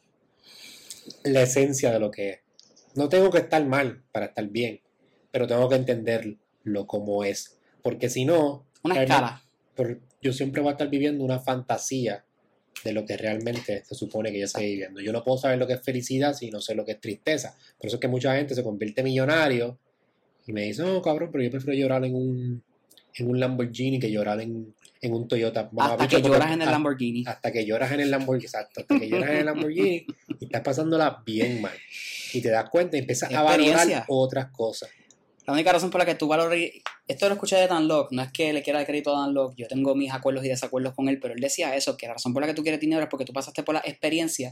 Speaker 1: la esencia de lo que es. No tengo que estar mal para estar bien, pero tengo que entenderlo como es. Porque si no,
Speaker 2: Una escala.
Speaker 1: yo siempre voy a estar viviendo una fantasía de lo que realmente se supone que yo estoy viviendo. Yo no puedo saber lo que es felicidad si no sé lo que es tristeza. Por eso es que mucha gente se convierte en millonario y me dice, no, cabrón, pero yo prefiero llorar en un Lamborghini que llorar en un Toyota.
Speaker 2: Hasta que lloras en el Lamborghini.
Speaker 1: Hasta que lloras en el Lamborghini, exacto. Hasta que lloras en el Lamborghini y estás pasándola bien mal. Y te das cuenta y empiezas a valorar otras cosas.
Speaker 2: La única razón por la que tú valoras... Esto lo escuché de Dan Lok, no es que le quiera dar crédito a Dan Lok, yo tengo mis acuerdos y desacuerdos con él, pero él decía eso, que la razón por la que tú quieres dinero es porque tú pasaste por la experiencia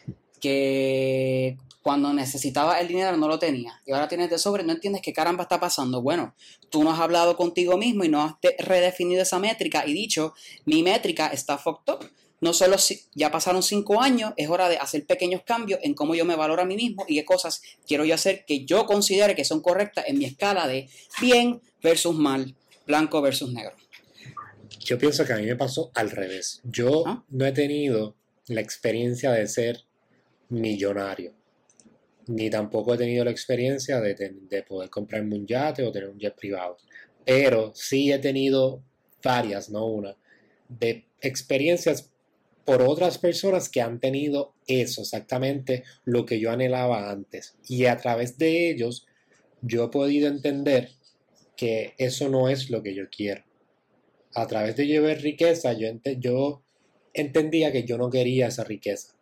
Speaker 2: que cuando necesitabas el dinero no lo tenías y ahora tienes de sobre, no entiendes qué caramba está pasando. Bueno, tú no has hablado contigo mismo y no has redefinido esa métrica y dicho, mi métrica está fucked up. No solo ya pasaron 5 años, es hora de hacer pequeños cambios en cómo yo me valoro a mí mismo y qué cosas quiero yo hacer que yo considere que son correctas en mi escala de bien versus mal, blanco versus negro.
Speaker 1: Yo pienso que a mí me pasó al revés. Yo no he tenido la experiencia de ser millonario, ni tampoco he tenido la experiencia de poder comprarme un yate o tener un jet privado. Pero sí he tenido varias, no una, de experiencias por otras personas que han tenido eso, exactamente lo que yo anhelaba antes. Y a través de ellos yo he podido entender que eso no es lo que yo quiero. A través de yo ver riqueza, yo entendía que yo no quería esa riqueza.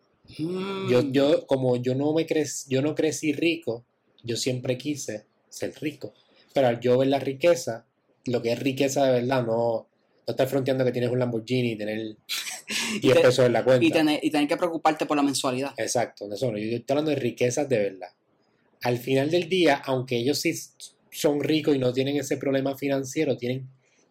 Speaker 1: Como yo no crecí rico, yo siempre quise ser rico. Pero al yo ver la riqueza, lo que es riqueza de verdad, no estar fronteando que tienes un Lamborghini y tener 10 pesos en la cuenta.
Speaker 2: Y tener que preocuparte por la mensualidad.
Speaker 1: Exacto, eso no. Yo estoy hablando de riquezas de verdad. Al final del día, aunque ellos sí son ricos y no tienen ese problema financiero, tienen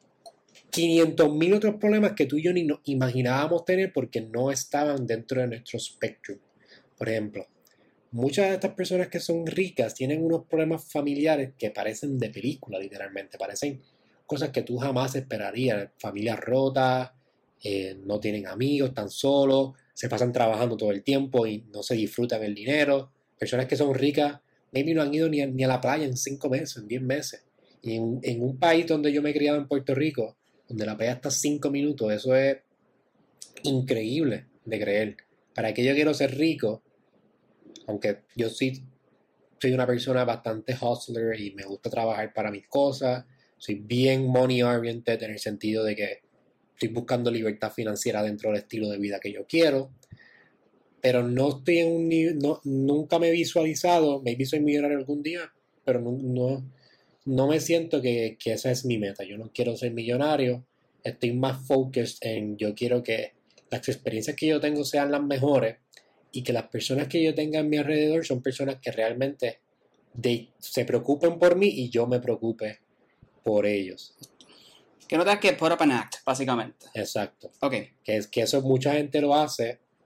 Speaker 1: 500.000 otros problemas que tú y yo ni nos imaginábamos tener porque no estaban dentro de nuestro spectrum. Por ejemplo, muchas de estas personas que son ricas tienen unos problemas familiares que parecen de película, literalmente. Parecen cosas que tú jamás esperarías. Familias rotas, no tienen amigos, están solos, se pasan trabajando todo el tiempo y no se disfrutan el dinero. Personas que son ricas, maybe no han ido ni a la playa en 5 meses, en 10 meses. Y en un país donde yo me he criado en Puerto Rico, donde la playa está 5 minutos, eso es increíble de creer. ¿Para qué yo quiero ser rico? Aunque yo sí soy una persona bastante hustler y me gusta trabajar para mis cosas, soy bien money oriented en el sentido de que estoy buscando libertad financiera dentro del estilo de vida que yo quiero, pero no estoy en un nivel, nunca me he visualizado, maybe soy millonario algún día, pero no me siento que esa es mi meta. Yo no quiero ser millonario, estoy más focused en yo quiero que las experiencias que yo tengo sean las mejores y que las personas que yo tenga a mi alrededor son personas que realmente se preocupen por mí y yo me preocupe por ellos.
Speaker 2: Que no tengas que put up an act, básicamente.
Speaker 1: Exacto.
Speaker 2: Ok.
Speaker 1: Que eso mucha gente lo hace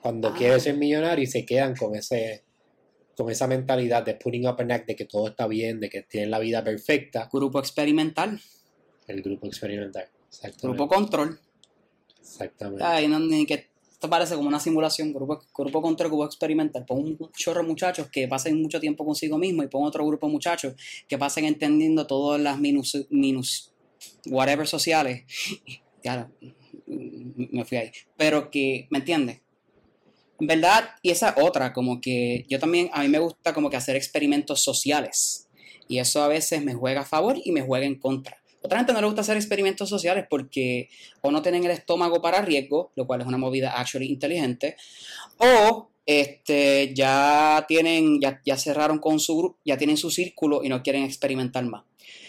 Speaker 1: cuando quieren ser millonarios y se quedan con esa mentalidad de putting up an act, de que todo está bien, de que tienen la vida perfecta.
Speaker 2: Grupo experimental.
Speaker 1: El grupo experimental. Exactamente.
Speaker 2: Grupo control.
Speaker 1: Exactamente.
Speaker 2: Ay, no, ni que esto parece como una simulación. Grupo control, grupo experimental. Pon un chorro de muchachos que pasen mucho tiempo consigo mismo y pon otro grupo de muchachos que pasen entendiendo todas las whatever sociales. Ya, me fui ahí. Pero que, ¿me entiendes? En verdad, y esa otra, como que yo también, a mí me gusta como que hacer experimentos sociales. Y eso a veces me juega a favor y me juega en contra. Otra gente no le gusta hacer experimentos sociales porque o no tienen el estómago para riesgo, lo cual es una movida actually inteligente, o ya cerraron con su grupo, ya tienen su círculo y no quieren experimentar más.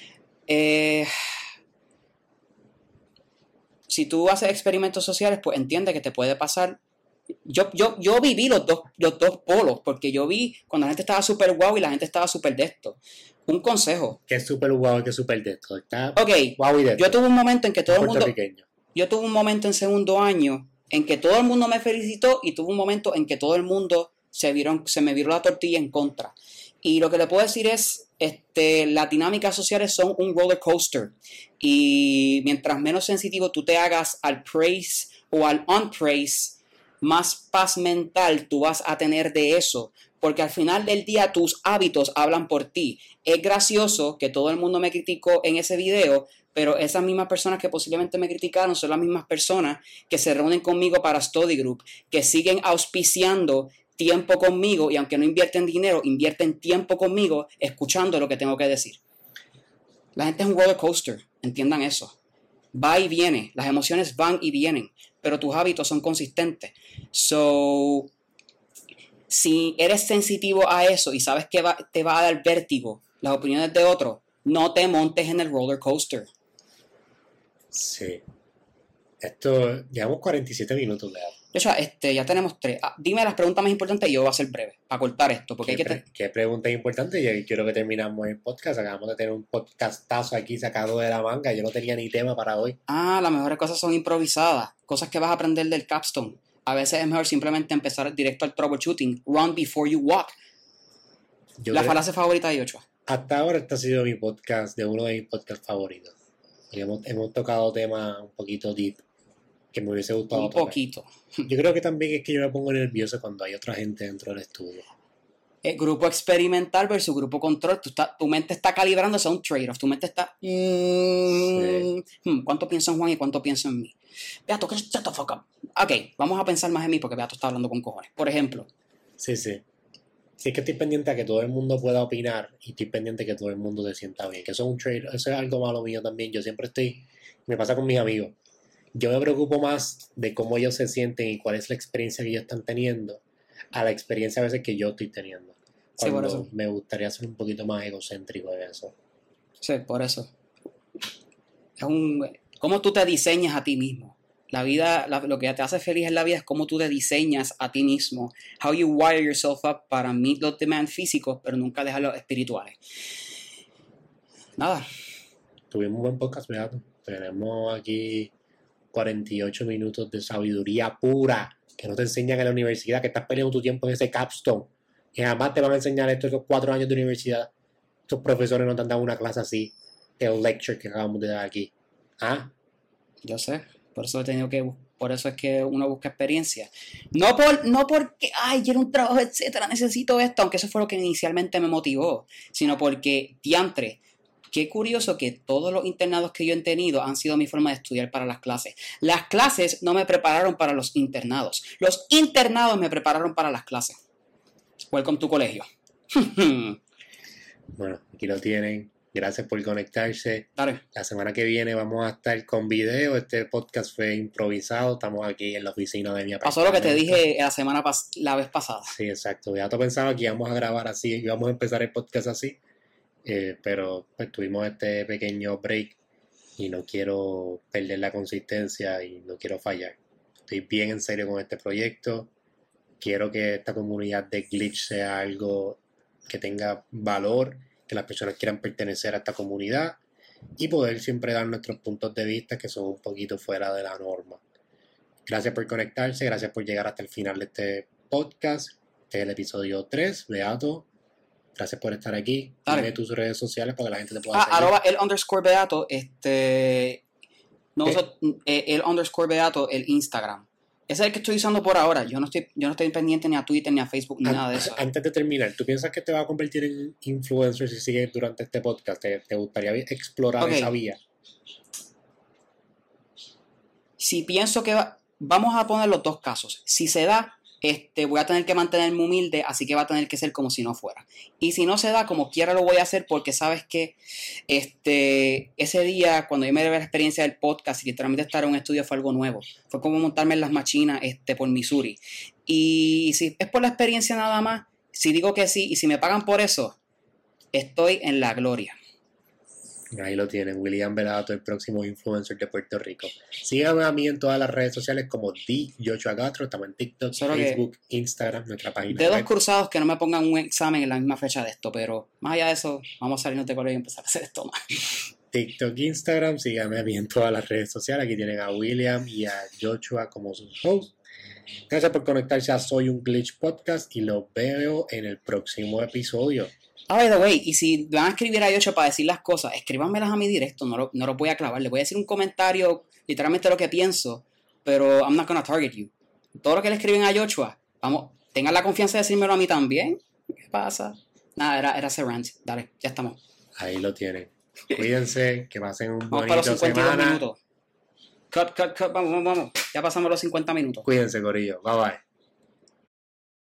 Speaker 2: Si tú haces experimentos sociales, pues entiende que te puede pasar. Yo viví los dos polos, porque yo vi cuando la gente estaba súper guau y la gente estaba súper de esto. Un consejo.
Speaker 1: Que es súper guau y que es súper de esto. Está
Speaker 2: Ok,
Speaker 1: guau y de esto.
Speaker 2: yo tuve un momento en que todo el mundo...
Speaker 1: Puertorriqueño.
Speaker 2: Yo tuve un momento en segundo año en que todo el mundo me felicitó y tuve un momento en que todo el mundo se me viró la tortilla en contra. Y lo que le puedo decir es, las dinámicas sociales son un roller coaster. Y mientras menos sensitivo tú te hagas al praise o al unpraise, más paz mental tú vas a tener de eso. Porque al final del día tus hábitos hablan por ti. Es gracioso que todo el mundo me criticó en ese video, pero esas mismas personas que posiblemente me criticaron son las mismas personas que se reúnen conmigo para Study Group, que siguen auspiciando tiempo conmigo y aunque no invierten dinero, invierten tiempo conmigo escuchando lo que tengo que decir. La gente es un roller coaster, entiendan eso. Va y viene, las emociones van y vienen, pero tus hábitos son consistentes. So, si eres sensitivo a eso y sabes que te va a dar vértigo las opiniones de otros, no te montes en el roller coaster.
Speaker 1: Sí. Llevamos 47 minutos, Leo.
Speaker 2: De hecho, ya tenemos 3. Dime las preguntas más importantes y yo voy a ser breve para cortar esto. Porque
Speaker 1: ¿Qué pregunta importante? Yo quiero que terminamos el podcast. Acabamos de tener un podcastazo aquí sacado de la manga. Yo no tenía ni tema para hoy.
Speaker 2: Las mejores cosas son improvisadas. Cosas que vas a aprender del capstone. A veces es mejor simplemente empezar directo al troubleshooting. Run before you walk. La frase favorita de Ochoa.
Speaker 1: Hasta ahora este ha sido mi podcast, de uno de mis podcasts favoritos. Y hemos tocado temas un poquito deep, que me hubiese gustado
Speaker 2: tocar. Poquito.
Speaker 1: Yo creo que también es que yo me pongo nervioso cuando hay otra gente dentro del estudio.
Speaker 2: El grupo experimental versus grupo control. Tu mente está calibrándose a un trade-off. Tu mente está... ¿Cuánto pienso en Juan y cuánto pienso en mí? Beato, que shut the fuck up. Ok, vamos a pensar más en mí porque Beato está hablando con cojones. Por ejemplo.
Speaker 1: Sí. Sí, es que estoy pendiente a que todo el mundo pueda opinar y estoy pendiente a que todo el mundo se sienta bien. Que eso es un trade, eso es algo malo mío también. Yo siempre me pasa con mis amigos. Yo me preocupo más de cómo ellos se sienten y cuál es la experiencia que ellos están teniendo a la experiencia a veces que yo estoy teniendo.
Speaker 2: Sí, por eso.
Speaker 1: Me gustaría ser un poquito más egocéntrico de eso.
Speaker 2: Sí, por eso. ¿Cómo tú te diseñas a ti mismo? La vida, lo que te hace feliz en la vida es cómo tú te diseñas a ti mismo. How you wire yourself up para meet los demands físicos, pero nunca dejar los espirituales. Nada.
Speaker 1: Tuvimos un buen podcast, Beato. Tenemos aquí 48 minutos de sabiduría pura que no te enseñan en la universidad, que estás perdiendo tu tiempo en ese capstone. Y además te van a enseñar estos 4 años de universidad. Estos profesores no te han dado una clase así, el lecture que acabamos de dar aquí. ¿Ah?
Speaker 2: Yo sé. Por eso es que uno busca experiencia. No porque, quiero un trabajo, etcétera, necesito esto, aunque eso fue lo que inicialmente me motivó, sino porque, diantre, qué curioso que todos los internados que yo he tenido han sido mi forma de estudiar para las clases. Las clases no me prepararon para los internados. Los internados me prepararon para las clases. Welcome to colegio.
Speaker 1: Bueno, aquí lo tienen. Gracias por conectarse.
Speaker 2: Dale.
Speaker 1: La semana que viene vamos a estar con video. Este podcast fue improvisado. Estamos aquí en la oficina de mi apartamento.
Speaker 2: Pasó lo que te dije la vez pasada.
Speaker 1: Sí, exacto. Ya te pensaba que íbamos a grabar así, íbamos a empezar el podcast así. Pero pues tuvimos este pequeño break y no quiero perder la consistencia y no quiero fallar. Estoy bien en serio con este proyecto. Quiero que esta comunidad de Glitch sea algo que tenga valor, que las personas quieran pertenecer a esta comunidad y poder siempre dar nuestros puntos de vista que son un poquito fuera de la norma. Gracias por conectarse, gracias por llegar hasta el final de este podcast. Este es el episodio 3, Beato. Gracias por estar aquí.
Speaker 2: Dale.
Speaker 1: Dime tus redes sociales para que la gente te pueda seguir.
Speaker 2: Arroba @el_Beato, el_Beato, el Instagram. Ese es el que estoy usando por ahora. Yo no estoy pendiente ni a Twitter, ni a Facebook, ni nada de eso.
Speaker 1: Antes de terminar, ¿tú piensas que te va a convertir en influencer si sigues durante este podcast? ¿Te gustaría explorar esa vía?
Speaker 2: Si pienso que vamos a poner los dos casos. Si se da, voy a tener que mantenerme humilde, así que va a tener que ser como si no fuera. Y si no se da, como quiera lo voy a hacer, porque sabes que ese día, cuando yo me llevé la experiencia del podcast y literalmente estar en un estudio fue algo nuevo. Fue como montarme en las machinas por Missouri. Y si es por la experiencia nada más, si digo que sí y si me pagan por eso, estoy en la gloria.
Speaker 1: Ahí lo tienen, William Beato, el próximo influencer de Puerto Rico. Síganme a mí en todas las redes sociales como @Joshua_Castro. Estamos en TikTok,
Speaker 2: Solo
Speaker 1: Facebook, Instagram, nuestra página
Speaker 2: dedos
Speaker 1: web.
Speaker 2: cruzados que no me pongan un examen en la misma fecha de esto, pero más allá de eso, vamos a salirnos de colegio y empezar a hacer esto más.
Speaker 1: TikTok, Instagram, síganme a mí en todas las redes sociales. Aquí tienen a William y a Joshua como sus hosts. Gracias por conectarse a Soy un Glitch Podcast y los veo en el próximo episodio.
Speaker 2: By the way, y si van a escribir a Yocho para decir las cosas, escríbanmelas a mí directo, no lo voy a clavar. Les voy a decir un comentario, literalmente lo que pienso, pero I'm not gonna target you. Todo lo que le escriben a Yoshua, vamos, tengan la confianza de decírmelo a mí también. ¿Qué pasa? Nada, era ese rant. Dale, ya estamos.
Speaker 1: Ahí lo tienen. Cuídense, que pasen un
Speaker 2: Vamos para los
Speaker 1: bonito
Speaker 2: 52
Speaker 1: semana.
Speaker 2: minutos. Cut, vamos. Ya pasamos los 50 minutos.
Speaker 1: Cuídense, corillo. Bye bye.